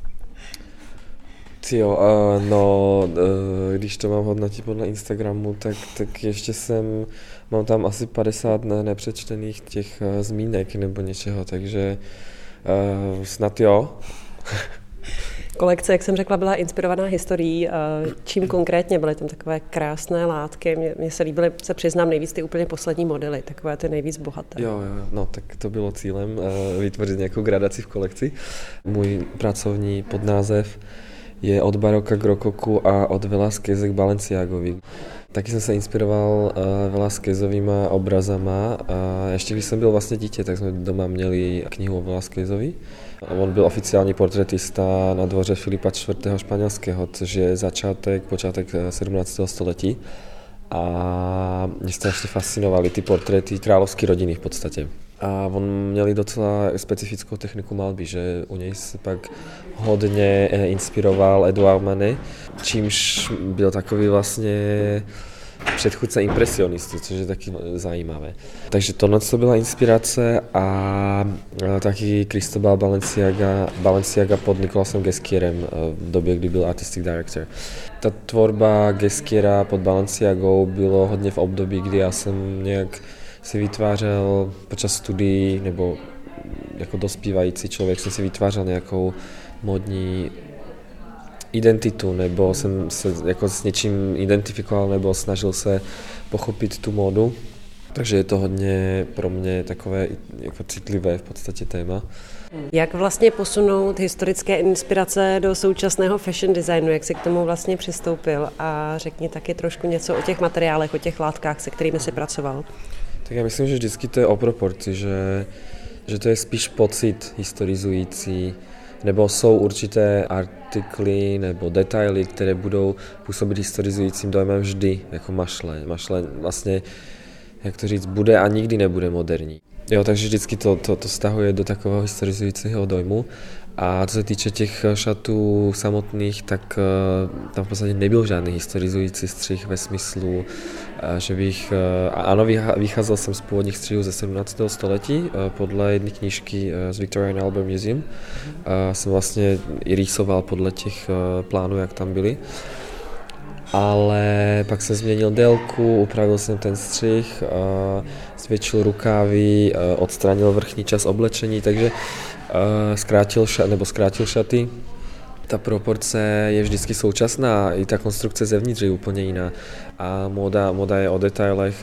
Když to mám hodnotit podle Instagramu, tak ještě mám tam asi 50 nepřečtených těch zmínek nebo něčeho, takže snad jo. Kolekce, jak jsem řekla, byla inspirovaná historií. Čím konkrétně? Byly tam takové krásné látky. Mně se líbily, se přiznám, nejvíc ty úplně poslední modely, takové ty nejvíc bohaté. Jo, no tak to bylo cílem vytvořit nějakou gradaci v kolekci. Můj pracovní podnázev je od baroka k rokoku a od Velázqueze k Balenciagovi. Taky jsem se inspiroval Velázquezovýma obrazama a ještě když jsem byl vlastně dítě, tak jsme doma měli knihu o Velázquezovi. On byl oficiální portrétista na dvoře Filipa IV. Španělského, což je počátek 17. století. A mě strašně fascinovaly ty portréty královské rodiny v podstatě. A on měl docela specifickou techniku malby, že u něj se pak hodně inspiroval Edouard Manet, čímž byl takový vlastně předchůdce impresionistů, což je taky zajímavé. Takže tohle byla inspirace a taky Cristobal Balenciaga pod Nicolasem Ghesquierem v době, kdy byl artistic director. Ta tvorba Ghesquiera pod Balenciagou bylo hodně v období, kdy já jsem nějak si vytvářel počas studií, nebo jako dospívající člověk jsem si vytvářel nějakou módní identitu, nebo jsem se jako s něčím identifikoval, nebo snažil se pochopit tu módu. Takže je to hodně pro mě takové jako citlivé v podstatě téma. Jak vlastně posunout historické inspirace do současného fashion designu, jak jsi k tomu vlastně přistoupil a řekni taky trošku něco o těch materiálech, o těch látkách, se kterými jsi pracoval. Tak já myslím, že vždycky to je o proporci, že to je spíš pocit historizující, nebo jsou určité artikly nebo detaily, které budou působit historizujícím dojmem vždy, jako mašle. Mašle vlastně, jak to říct, bude a nikdy nebude moderní. Jo, takže vždycky to stahuje do takového historizujícího dojmu. A co se týče těch šatů samotných, tak tam v podstatě nebyl žádný historizující střih ve smyslu, že bych... Ano, vycházel jsem z původních střihů ze 17. století podle jedné knížky z Victorian Albert Museum. Jsem vlastně i rýsoval podle těch plánů, jak tam byly. Ale pak jsem změnil délku, upravil jsem ten střih, zvětšil rukávy, odstranil vrchní část oblečení, takže zkrátil šaty. Ta proporce je vždycky současná, i ta konstrukce zevnitř je úplně jiná. A móda je o detailech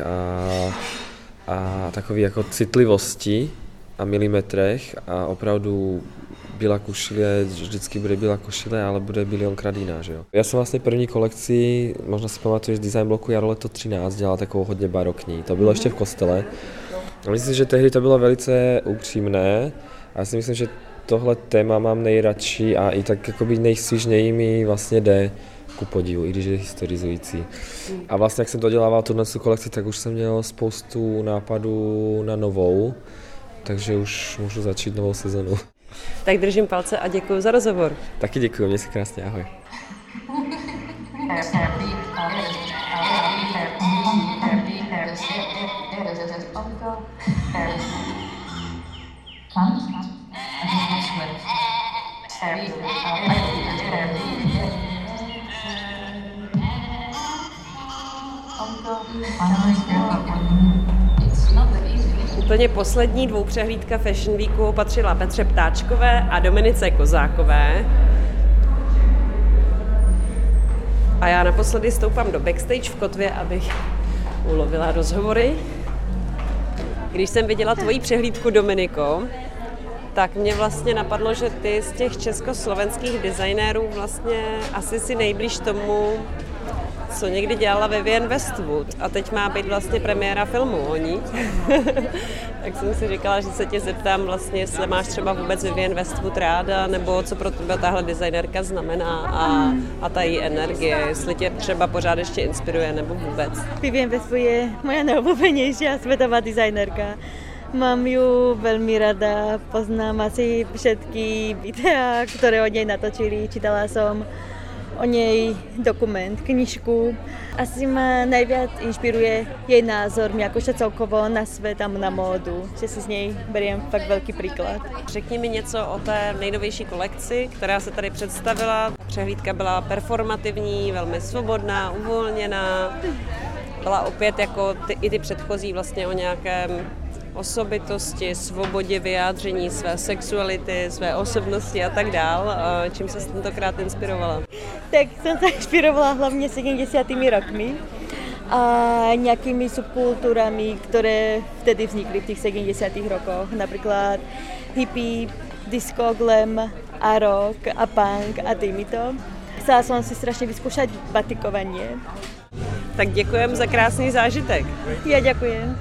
a takové jako citlivosti a milimetrech a opravdu bílá košile, vždycky bude bílá košile, ale bude bilionkrát jiná, že jo. Já jsem vlastně první kolekci, možná si pamatuješ, design bloku Jaroleto 13 dělal takovou hodně barokní, to bylo ještě v kostele. A myslím, že tehdy to bylo velice upřímné a já si myslím, že tohle téma mám nejradši a i tak jakoby nejsvižněji mi vlastně jde ku podivu, i když je historizující. A vlastně jak jsem dodělával tuhle kolekci, tak už jsem měl spoustu nápadů na novou, takže už můžu začít novou sezonu. Tak držím palce a děkuji za rozhovor. Taky děkuji, měj se krásně, ahoj. Úplně poslední dvoupřehlídka Fashion Weeku patřila Petře Ptáčkové a Dominice Kozákové. A já naposledy stoupám do backstage v Kotvě, abych ulovila rozhovory. Když jsem viděla tvoji přehlídku, Dominiko, tak mě vlastně napadlo, že ty z těch československých designérů vlastně asi si nejblíž tomu, co někdy dělala Vivienne Westwood. A teď má být vlastně premiéra filmu o ní. Tak jsem si říkala, že se tě zeptám vlastně, jestli máš třeba vůbec Vivienne Westwood ráda, nebo co pro tebe tahle designérka znamená a ta její energie, jestli tě třeba pořád ještě inspiruje, nebo vůbec. Vivienne Westwood je moja nejoblúbenejší světová designérka. Mám ju veľmi rada, poznám asi všetky videá, ktoré od nej natočili, čítala som o nej dokument, knižku. Asi ma najviac inšpiruje jej názor, jakože celkovo na svět a na módu, že si z něj beriem fakt velký příklad. Řekni mi něco o té nejnovější kolekci, která se tady představila. Přehlídka byla performativní, velmi svobodná, uvolněná. Byla opět jako i ty předchozí vlastně o osobitosti, svobodě vyjádření své sexuality, své osobnosti a tak dál. Čím se tentokrát inspirovala? Tak jsem se inspirovala hlavně 70. rokmi a nějakými subkulturami, které vtedy vznikly v těch 70. rokoch. Například hippie, disco, glam a rock a punk a týmito. Chcela jsem si strašně vyzkoušet batikování. Tak děkujem za krásný zážitek. Já děkujem.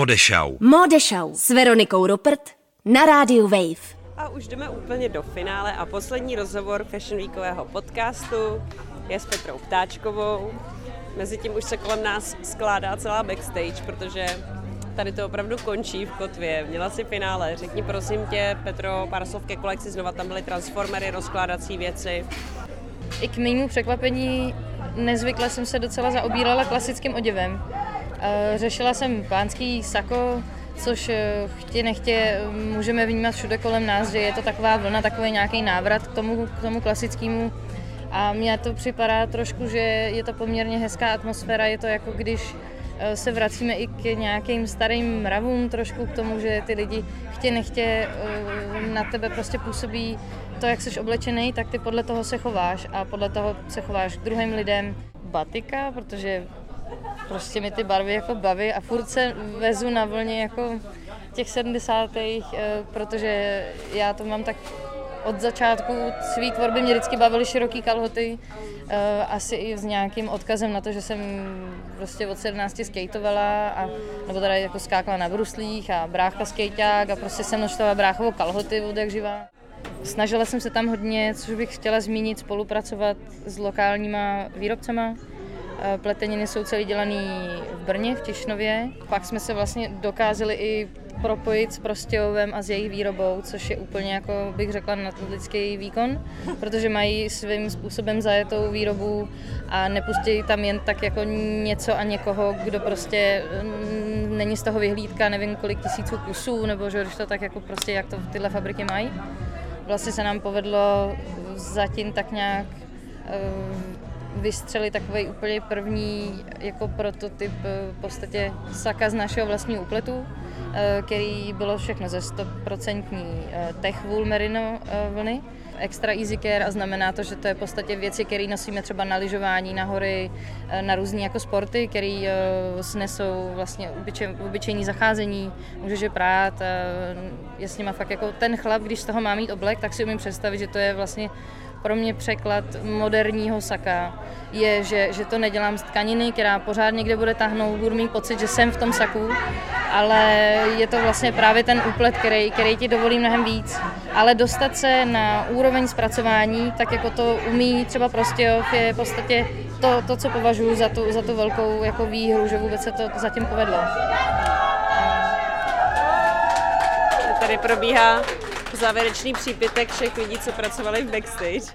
Modeshow s Veronikou Rupert na rádiu Wave. A už jdeme úplně do finále a poslední rozhovor Fashion Weekového podcastu je s Petrou Ptáčkovou. Mezitím už se kolem nás skládá celá backstage, protože tady to opravdu končí v kotvě. Měla si finále. Řekni prosím tě, Petro, pár slov ke kolekci. Znova tam byly transformery, rozkládací věci. I k mému překvapení nezvykle jsem se docela zaobírala klasickým oděvem. Řešila jsem pánský sako, což chtě nechtě můžeme vnímat všude kolem nás, že je to taková vlna, takový nějaký návrat k tomu klasickému. A mně to připadá trošku, že je to poměrně hezká atmosféra, je to jako když se vracíme i k nějakým starým mravům, trošku k tomu, že ty lidi chtě nechtě na tebe prostě působí to, jak jsi oblečený, tak ty podle toho se chováš a podle toho se chováš k druhým lidem. Batika, protože prostě mi ty barvy jako baví a furt se vezu na vlně jako těch 70. Protože já to mám tak od začátku svý tvorby, mě vždycky bavily široký kalhoty, asi i s nějakým odkazem na to, že jsem prostě od 17 skejtovala, nebo teda jako skákala na bruslích a brácha skejťák a prostě jsem noštovala bráchovo kalhoty od jak živá. Snažila jsem se tam hodně, což bych chtěla zmínit, spolupracovat s lokálníma výrobcema. Pleteniny jsou celý dělaný v Brně, v Tišnově. Pak jsme se vlastně dokázali i propojit s Prostějovem a s jejich výrobou, což je úplně, jako bych řekla, nadlidský výkon, protože mají svým způsobem zajetou výrobu a nepustí tam jen tak jako něco a někoho, kdo prostě není z toho vyhlídka, nevím kolik tisíců kusů, nebo že když to tak jako prostě, jak to tyhle fabriky mají. Vlastně se nám povedlo zatím tak nějak vystřelit takový úplně první jako prototyp v podstatě saka z našeho vlastního úpletu, který bylo všechno ze 100% tech wool merino vlny. Extra easy care a znamená to, že to je v podstatě věci, které nosíme třeba na lyžování, na hory, na různé jako sporty, které snesou vlastně obyčejné zacházení, můžeš je prát, je s nima fakt jako ten chlap, když z toho má mít oblek, tak si umím představit, že to je vlastně pro mě překlad moderního saka je, že to nedělám z tkaniny, která pořád někde bude tahnout, budu mít pocit, že jsem v tom saku, ale je to vlastně právě ten úplet, který ti dovolí mnohem víc. Ale dostat se na úroveň zpracování, tak jako to umí třeba Prostějov, je v podstatě to co považuji za tu velkou jako výhru, že vůbec se to zatím povedlo. Tady probíhá závěrečný přípitek všech lidí, co pracovali v backstage.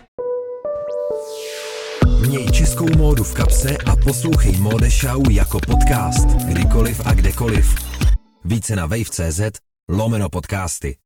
Měj českou módu v kapse a poslouchej Modeshow jako podcast, kdykoliv a kdekoliv. Více na wave.cz/podcasty.